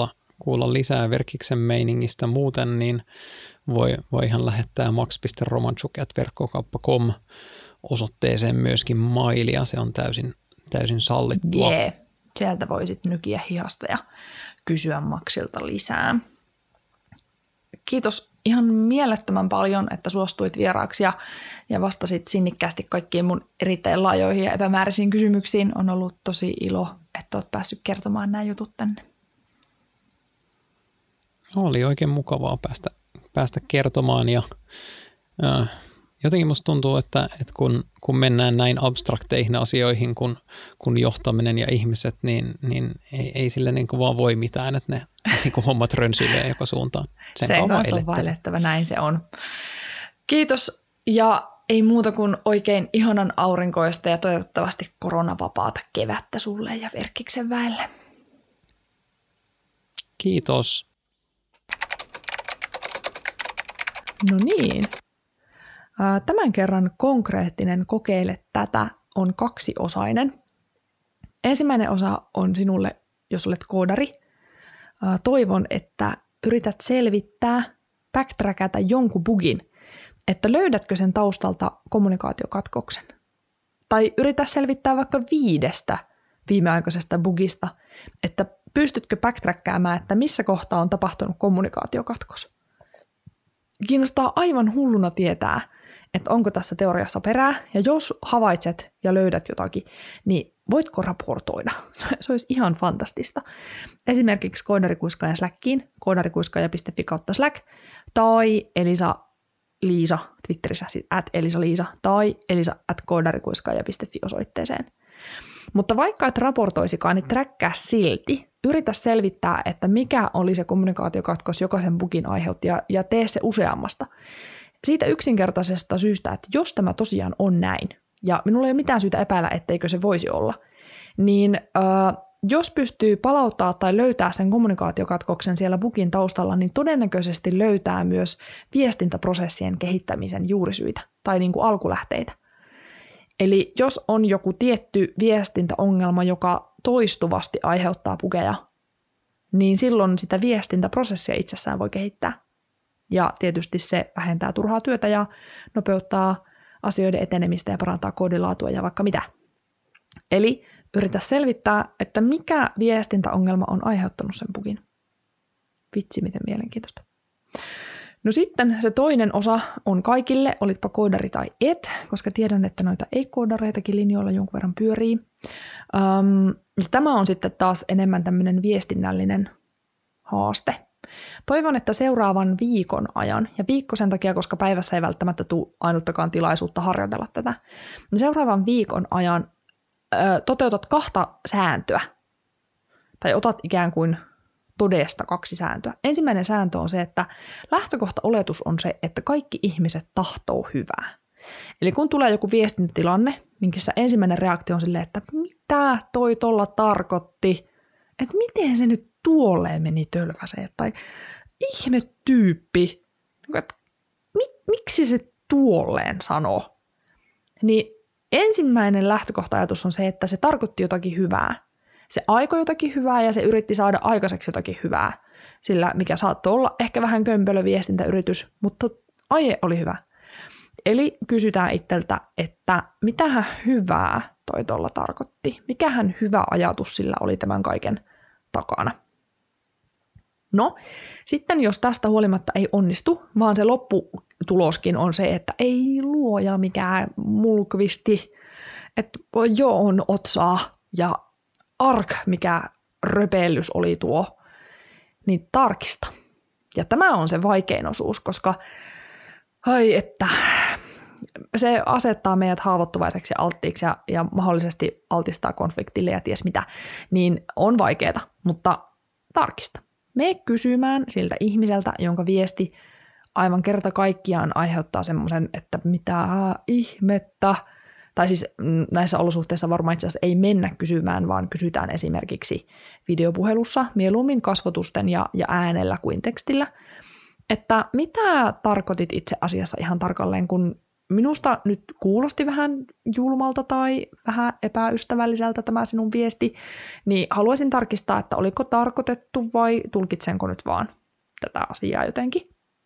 Speaker 2: kuulla lisää Verkkiksen meiningistä muuten, niin voi, voi ihan lähettää max piste romanchuk ät verkkokauppa piste com osoitteeseen myöskin mailia. Se on täysin, täysin sallittua.
Speaker 1: Yeah. Sieltä voisit nykiä hihasta ja kysyä Maxilta lisää. Kiitos ihan mielettömän paljon, että suostuit vieraaksi ja, ja vastasit sinnikkäästi kaikkiin mun erittäin laajoihin ja epämääräisiin kysymyksiin. On ollut tosi ilo, että olet päässyt kertomaan nämä jutut tänne.
Speaker 2: Oli oikein mukavaa päästä, päästä kertomaan ja äh, jotenkin musta tuntuu, että, että kun, kun mennään näin abstrakteihin asioihin kuin kun johtaminen ja ihmiset, niin, niin ei, ei sille niin kuin vaan voi mitään, että ne niin kuin hommat rönsyilee joka suuntaan. Sen
Speaker 1: se kanssa on vaellettava, näin se on. Kiitos ja ei muuta kuin oikein ihanan aurinkoista ja toivottavasti koronavapaata kevättä sulle ja Verkkiksen väelle.
Speaker 2: Kiitos.
Speaker 1: No niin. Tämän kerran konkreettinen kokeile tätä on kaksiosainen. Ensimmäinen osa on sinulle, jos olet koodari. Toivon, että yrität selvittää, backtrackata jonkun bugin, että löydätkö sen taustalta kommunikaatiokatkoksen. Tai yritä selvittää vaikka viidestä viimeaikaisesta bugista, että pystytkö backtrackkaamaan, että missä kohtaa on tapahtunut kommunikaatiokatkos. Kiinnostaa aivan hulluna tietää, että onko tässä teoriassa perää, ja jos havaitset ja löydät jotakin, niin voitko raportoida? Se olisi ihan fantastista. Esimerkiksi koodarikuiskaajan Slackiin, koodarikuiskaaja piste fi kautta Slack, tai Elisa Liisa Twitterissä, siis at Elisa Liisa, tai elisa at koodarikuiskaaja piste fi osoitteeseen. Mutta vaikka et raportoisikaan, niin träkkää silti. Yritä selvittää, että mikä oli se kommunikaatiokatkos, joka sen bugin aiheutti, ja, ja tee se useammasta. Siitä yksinkertaisesta syystä, että jos tämä tosiaan on näin, ja minulla ei ole mitään syytä epäillä, etteikö se voisi olla, niin äh, jos pystyy palauttaa tai löytää sen kommunikaatiokatkoksen siellä bugin taustalla, niin todennäköisesti löytää myös viestintäprosessien kehittämisen juurisyitä tai niin kuin alkulähteitä. Eli jos on joku tietty viestintäongelma, joka toistuvasti aiheuttaa bugeja, niin silloin sitä viestintäprosessia itsessään voi kehittää. Ja tietysti se vähentää turhaa työtä ja nopeuttaa asioiden etenemistä ja parantaa koodilaatua ja vaikka mitä. Eli yritä selvittää, että mikä viestintäongelma on aiheuttanut sen bugin. Vitsi, miten mielenkiintoista. No sitten se toinen osa on kaikille, olitpa koodari tai et, koska tiedän, että noita ei-koodareitakin linjoilla jonkun verran pyörii. Um, tämä on sitten taas enemmän tämmöinen viestinnällinen haaste. Toivon, että seuraavan viikon ajan, ja viikko sen takia, koska päivässä ei välttämättä tule ainuttakaan tilaisuutta harjoitella tätä, seuraavan viikon ajan ö, toteutat kahta sääntöä, tai otat ikään kuin todesta kaksi sääntöä. Ensimmäinen sääntö on se, että lähtökohta-oletus on se, että kaikki ihmiset tahtoo hyvää. Eli kun tulee joku viestintätilanne, minkä ensimmäinen reaktio on silleen, että mitä toi tolla tarkoitti, että miten se nyt tuolleen meni tölväseen, tai ihme tyyppi, että miksi se tuolleen sanoo, niin ensimmäinen lähtökohta-ajatus on se, että se tarkoitti jotakin hyvää. Se aikoi jotakin hyvää ja se yritti saada aikaiseksi jotakin hyvää, sillä mikä saattoi olla ehkä vähän kömpelö viestintäyritys, mutta aihe oli hyvä. Eli kysytään itseltä, että mitähän hyvää toi tuolla tarkoitti, mikähän hyvä ajatus sillä oli tämän kaiken takana. No, sitten jos tästä huolimatta ei onnistu, vaan se lopputuloskin on se, että ei luoja mikään mulkvisti, että joo on otsaa ja ark, mikä röpellys oli tuo, niin tarkista. Ja tämä on se vaikein osuus, koska ai että se asettaa meidät haavoittuvaiseksi ja alttiiksi ja, ja mahdollisesti altistaa konfliktille ja ties mitä, niin on vaikeaa, mutta tarkista. Mene kysymään siltä ihmiseltä, jonka viesti aivan kerta kaikkiaan aiheuttaa semmoisen, että mitä ihmettä. Tai siis näissä olosuhteissa varmaan itse asiassa ei mennä kysymään, vaan kysytään esimerkiksi videopuhelussa, mieluummin kasvotusten ja, ja äänellä kuin tekstillä, että mitä tarkoitit itse asiassa ihan tarkalleen, kun minusta nyt kuulosti vähän julmalta tai vähän epäystävälliseltä tämä sinun viesti, niin haluaisin tarkistaa, että oliko tarkoitettu vai tulkitsenko nyt vaan tätä asiaa jotenkin.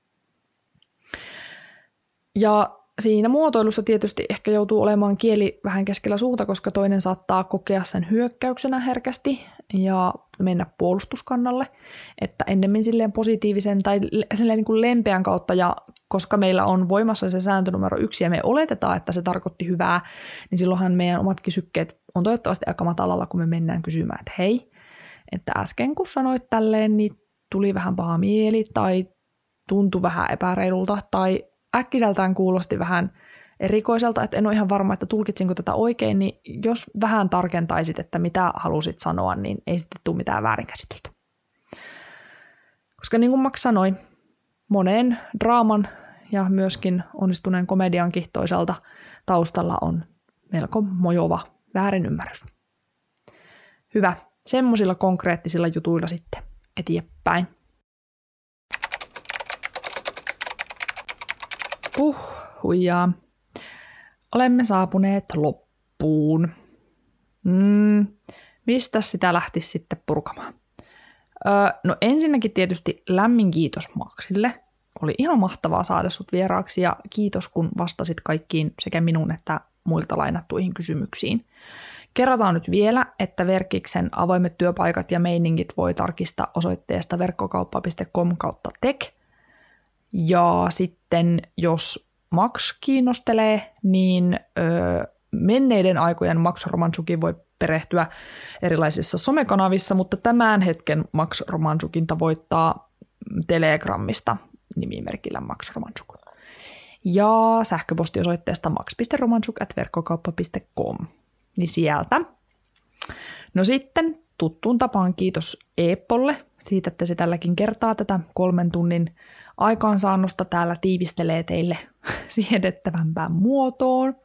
Speaker 1: Ja siinä muotoilussa tietysti ehkä joutuu olemaan kieli vähän keskellä suuta, koska toinen saattaa kokea sen hyökkäyksenä herkästi ja mennä puolustuskannalle, että ennemmin silleen positiivisen tai silleen niin kuin lempeän kautta, ja koska meillä on voimassa se sääntö numero yksi ja me oletetaan, että se tarkoitti hyvää, niin silloinhan meidän omatkin sykkeet on toivottavasti aika matalalla, kun me mennään kysymään, että hei, että äsken kun sanoit tälleen, niin tuli vähän paha mieli tai tuntui vähän epäreilulta tai äkkiseltään kuulosti vähän erikoiselta, että en ole ihan varma, että tulkitsinko tätä oikein, niin jos vähän tarkentaisit, että mitä halusit sanoa, niin ei sitten tule mitään väärinkäsitystä. Koska niin kuin Max sanoi, monen draaman ja myöskin onnistuneen komediankin toisaalta taustalla on melko mojova väärinymmärrys. Hyvä, semmoisilla konkreettisilla jutuilla sitten eteenpäin. Puh, huijaa. Olemme saapuneet loppuun. Mm, mistä sitä lähtisi sitten purkamaan? Öö, no ensinnäkin tietysti lämmin kiitos Maxille. Oli ihan mahtavaa saada sut vieraaksi ja kiitos kun vastasit kaikkiin sekä minun että muilta lainattuihin kysymyksiin. Kerrotaan nyt vielä, että Verkkiksen avoimet työpaikat ja meiningit voi tarkistaa osoitteesta verkkokauppa piste com kautta tech. Ja sitten jos Max kiinnostelee, niin öö, menneiden aikojen Max Romanchukin voi perehtyä erilaisissa somekanavissa, mutta tämän hetken Max Romanchukin tavoittaa Telegramista nimimerkillä Max Romanchuk. Ja sähköpostiosoitteesta max piste romanchuk ät verkkokauppa piste com. Niin sieltä. No sitten tuttuun tapaan kiitos Eepolle siitä, että se tälläkin kertaa tätä kolmen tunnin aikaansaannosta täällä tiivistelee teille siedettävämpään muotoon.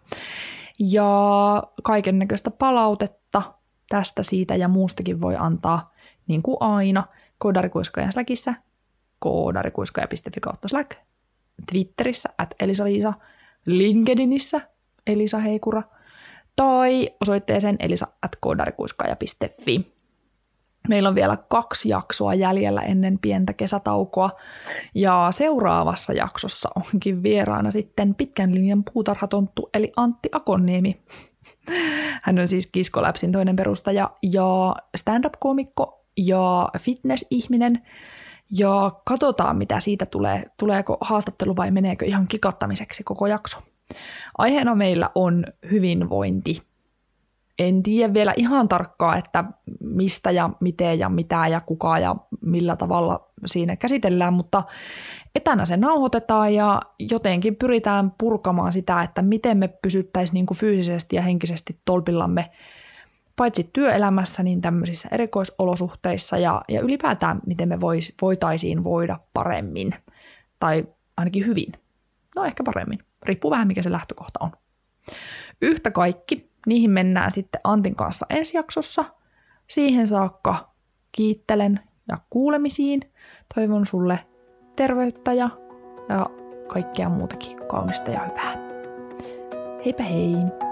Speaker 1: Ja kaiken näköistä palautetta tästä, siitä ja muustakin voi antaa niin kuin aina Koodarikuiskaajan Slackissa, koodarikuiskaaja piste fi kautta Slack, Twitterissä at Elisa-Liisa, LinkedInissä Elisa Heikura tai osoitteeseen elisa at koodarikuiskaaja piste fi. Meillä on vielä kaksi jaksoa jäljellä ennen pientä kesätaukoa ja seuraavassa jaksossa onkin vieraana sitten pitkän linjan puutarhatonttu eli Antti Akonniemi. Hän on siis Kisko Labsin toinen perustaja ja stand-up-koomikko ja fitness-ihminen. Ja katsotaan, mitä siitä tulee. Tuleeko haastattelu vai meneekö ihan kikattamiseksi koko jakso. Aiheena meillä on hyvinvointi. En tiedä vielä ihan tarkkaa, että mistä ja miten ja mitä ja kuka ja millä tavalla siinä käsitellään, mutta etänä se nauhoitetaan ja jotenkin pyritään purkamaan sitä, että miten me pysyttäisiin niin kuin fyysisesti ja henkisesti tolpillamme paitsi työelämässä, niin tämmöisissä erikoisolosuhteissa ja, ja ylipäätään, miten me vois, voitaisiin voida paremmin tai ainakin hyvin. No ehkä paremmin, riippuu vähän mikä se lähtökohta on. Yhtä kaikki, niihin mennään sitten Antin kanssa ensi jaksossa. Siihen saakka kiittelen ja kuulemisiin. Toivon sulle terveyttä ja, ja kaikkea muutakin kaunista ja hyvää. Heipä hei!